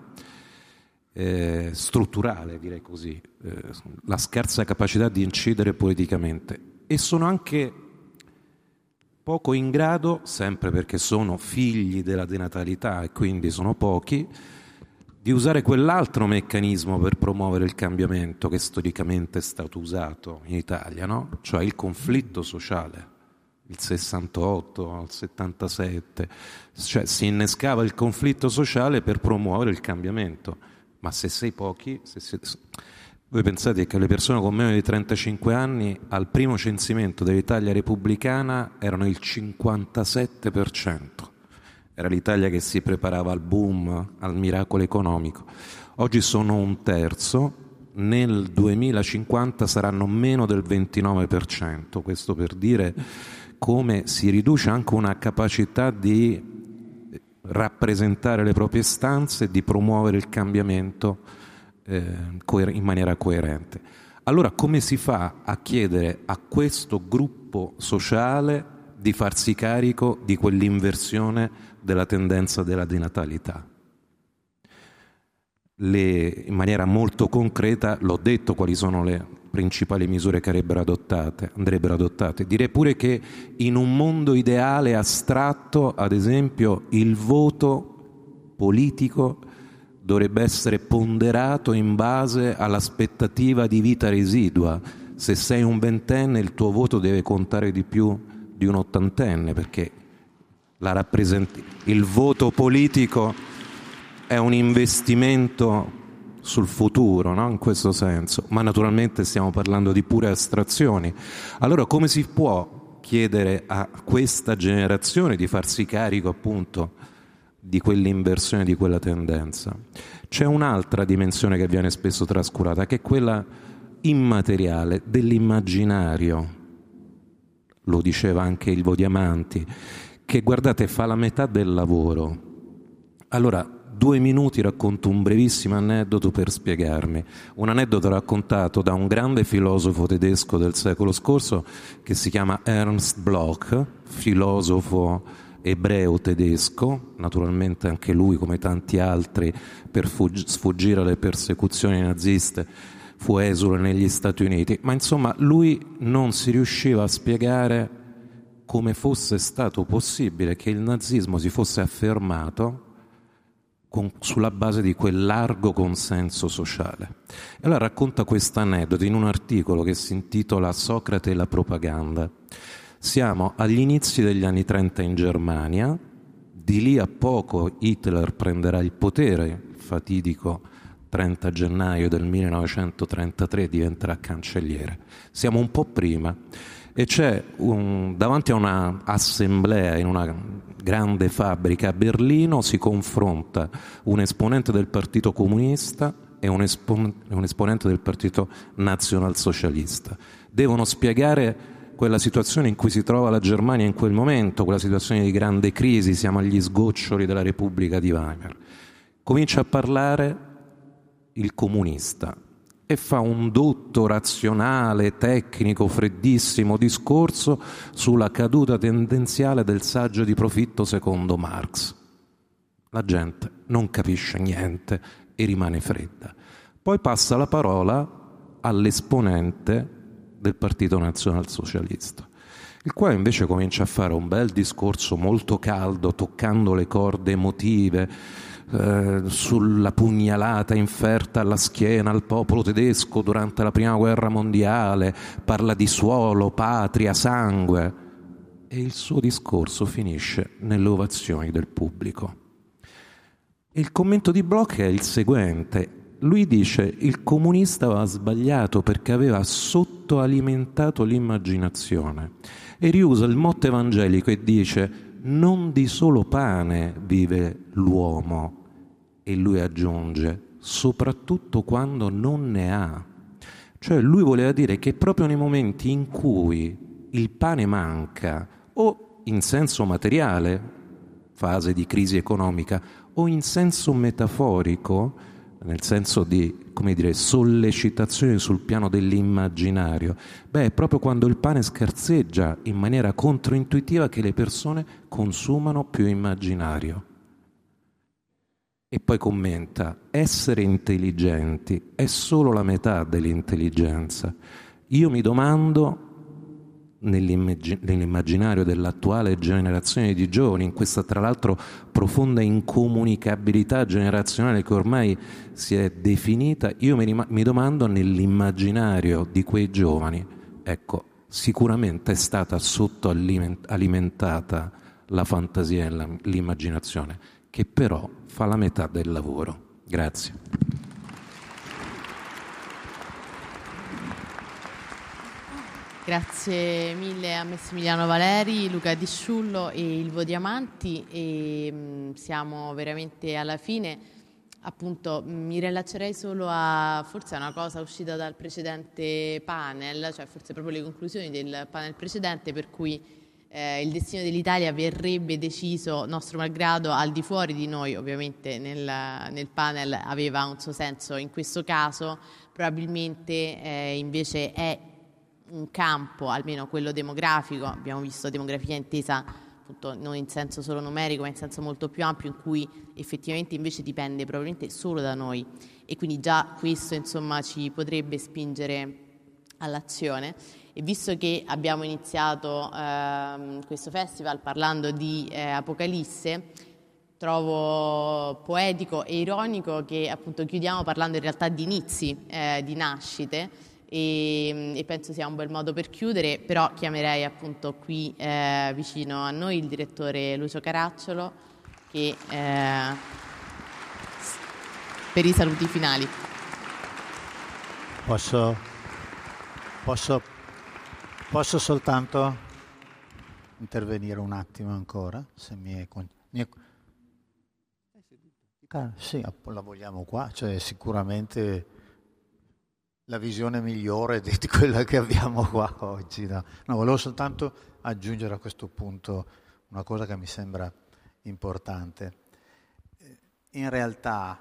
strutturale, direi così, la scarsa capacità di incidere politicamente, e sono anche poco in grado, sempre perché sono figli della denatalità e quindi sono pochi, di usare quell'altro meccanismo per promuovere il cambiamento che storicamente è stato usato in Italia, no? Cioè il conflitto sociale, il 68, il 77, cioè si innescava il conflitto sociale per promuovere il cambiamento. Ma se sei pochi, voi pensate che le persone con meno di 35 anni al primo censimento dell'Italia repubblicana erano il 57%. Era l'Italia che si preparava al boom, al miracolo economico. Oggi sono un terzo, nel 2050 saranno meno del 29%. Questo per dire come si riduce anche una capacità di rappresentare le proprie istanze e di promuovere il cambiamento in maniera coerente. Allora come si fa a chiedere a questo gruppo sociale di farsi carico di quell'inversione della tendenza della denatalità? In maniera molto concreta, l'ho detto quali sono le principali misure che andrebbero adottate. Direi pure che in un mondo ideale astratto, ad esempio, il voto politico dovrebbe essere ponderato in base all'aspettativa di vita residua. Se sei un ventenne, il tuo voto deve contare di più di un ottantenne, perché il voto politico è un investimento sul futuro, no? In questo senso, ma naturalmente stiamo parlando di pure astrazioni. Allora come si può chiedere a questa generazione di farsi carico appunto di quell'inversione, di quella tendenza? C'è un'altra dimensione che viene spesso trascurata, che è quella immateriale, dell'immaginario. Lo diceva anche Ilvo Diamanti, che guardate fa la metà del lavoro. Allora 2 minuti racconto un brevissimo aneddoto per spiegarmi. Un aneddoto raccontato da un grande filosofo tedesco del secolo scorso che si chiama Ernst Bloch, filosofo ebreo tedesco, naturalmente anche lui come tanti altri per sfuggire alle persecuzioni naziste fu esule negli Stati Uniti, ma insomma lui non si riusciva a spiegare come fosse stato possibile che il nazismo si fosse affermato sulla base di quel largo consenso sociale. E allora racconta questo aneddoto in un articolo che si intitola Socrate e la propaganda. Siamo agli inizi degli anni 30 in Germania, di lì a poco Hitler prenderà il potere, il fatidico 30 gennaio del 1933 diventerà cancelliere. Siamo un po' prima e c'è davanti a una assemblea in una grande fabbrica a Berlino si confronta un esponente del Partito Comunista e un esponente del Partito Nazionalsocialista. Devono spiegare quella situazione in cui si trova la Germania in quel momento, quella situazione di grande crisi, siamo agli sgoccioli della Repubblica di Weimar. Comincia a parlare il comunista e fa un dotto, razionale, tecnico, freddissimo discorso sulla caduta tendenziale del saggio di profitto secondo Marx. La gente non capisce niente e rimane fredda. Poi passa la parola all'esponente del Partito Nazionalsocialista, il quale invece comincia a fare un bel discorso molto caldo, toccando le corde emotive, sulla pugnalata inferta alla schiena al popolo tedesco durante la Prima Guerra Mondiale, parla di suolo, patria, sangue, e il suo discorso finisce nelle ovazioni del pubblico. Il commento di Bloch è il seguente: lui dice il comunista aveva sbagliato perché aveva sottoalimentato l'immaginazione, e riusa il motto evangelico e dice non di solo pane vive l'uomo, e lui aggiunge soprattutto quando non ne ha. Cioè lui voleva dire che proprio nei momenti in cui il pane manca, o in senso materiale, fase di crisi economica, o in senso metaforico, nel senso di, come dire, sollecitazione sul piano dell'immaginario, è proprio quando il pane scarseggia in maniera controintuitiva che le persone consumano più immaginario. E poi commenta, essere intelligenti è solo la metà dell'intelligenza. Io mi domando, nell'immaginario dell'attuale generazione di giovani, in questa tra l'altro profonda incomunicabilità generazionale che ormai si è definita, io mi domando nell'immaginario di quei giovani, ecco, sicuramente è stata sottoalimentata la fantasia e l'immaginazione, che però fa la metà del lavoro. Grazie. Grazie mille a Massimiliano Valeri, Luca Disciullo e Ilvo Diamanti, e siamo veramente alla fine. Appunto, mi rilaccerei solo a forse una cosa uscita dal precedente panel, cioè forse proprio le conclusioni del panel precedente, per cui il destino dell'Italia verrebbe deciso, nostro malgrado, al di fuori di noi. Ovviamente nel panel aveva un suo senso, in questo caso probabilmente invece è un campo, almeno quello demografico, abbiamo visto demografia intesa appunto non in senso solo numerico ma in senso molto più ampio, in cui effettivamente invece dipende probabilmente solo da noi, e quindi già questo insomma ci potrebbe spingere all'azione. E visto che abbiamo iniziato questo festival parlando di Apocalisse, trovo poetico e ironico che appunto chiudiamo parlando in realtà di inizi, di nascite, e penso sia un bel modo per chiudere. Però chiamerei appunto qui vicino a noi il direttore Lucio Caracciolo che per i saluti finali. Posso soltanto intervenire un attimo ancora? Se sì, la vogliamo qua, cioè sicuramente la visione migliore di quella che abbiamo qua oggi. No, volevo soltanto aggiungere a questo punto una cosa che mi sembra importante. In realtà,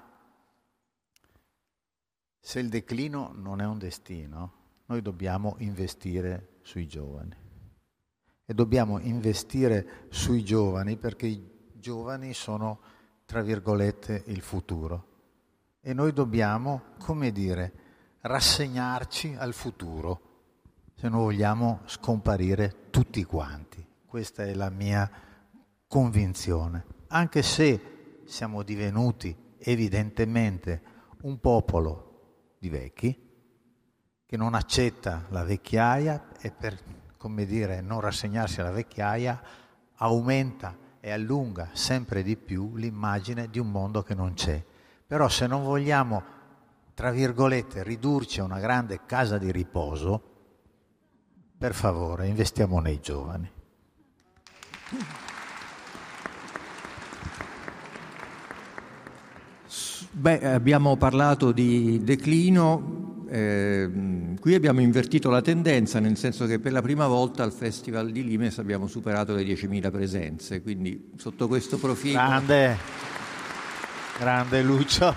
se il declino non è un destino, noi dobbiamo investire sui giovani. E dobbiamo investire sui giovani perché i giovani sono, tra virgolette, il futuro. E noi dobbiamo, come dire, rassegnarci al futuro, se non vogliamo scomparire tutti quanti. Questa è la mia convinzione. Anche se siamo divenuti evidentemente un popolo di vecchi, che non accetta la vecchiaia e per, come dire, non rassegnarsi alla vecchiaia aumenta e allunga sempre di più l'immagine di un mondo che non c'è. Però se non vogliamo, tra virgolette, ridurci a una grande casa di riposo, per favore, investiamo nei giovani. Abbiamo parlato di declino, qui abbiamo invertito la tendenza, nel senso che per la prima volta al Festival di Limes abbiamo superato le 10.000 presenze, quindi sotto questo profilo... Grande Lucio!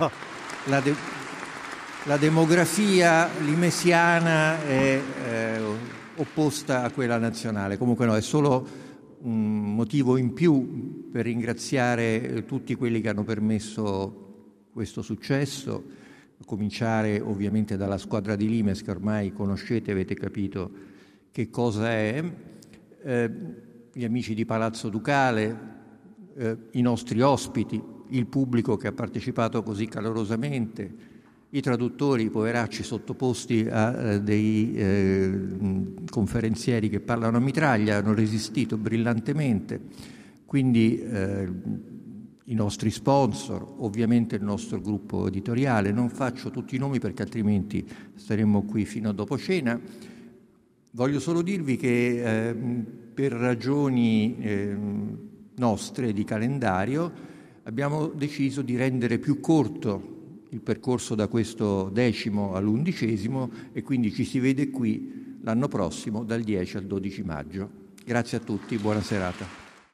La demografia limesiana è opposta a quella nazionale. Comunque no, è solo un motivo in più per ringraziare tutti quelli che hanno permesso questo successo, a cominciare ovviamente dalla squadra di Limes, che ormai conoscete, avete capito che cosa è, gli amici di Palazzo Ducale, i nostri ospiti, il pubblico che ha partecipato così calorosamente, i traduttori, i poveracci sottoposti a dei conferenzieri che parlano a mitraglia, hanno resistito brillantemente, quindi i nostri sponsor, ovviamente il nostro gruppo editoriale. Non faccio tutti i nomi perché altrimenti staremmo qui fino a dopo cena. Voglio solo dirvi che per ragioni nostre di calendario abbiamo deciso di rendere più corto il percorso da questo 10° all'11° e quindi ci si vede qui l'anno prossimo dal 10 al 12 maggio. Grazie a tutti, buona serata.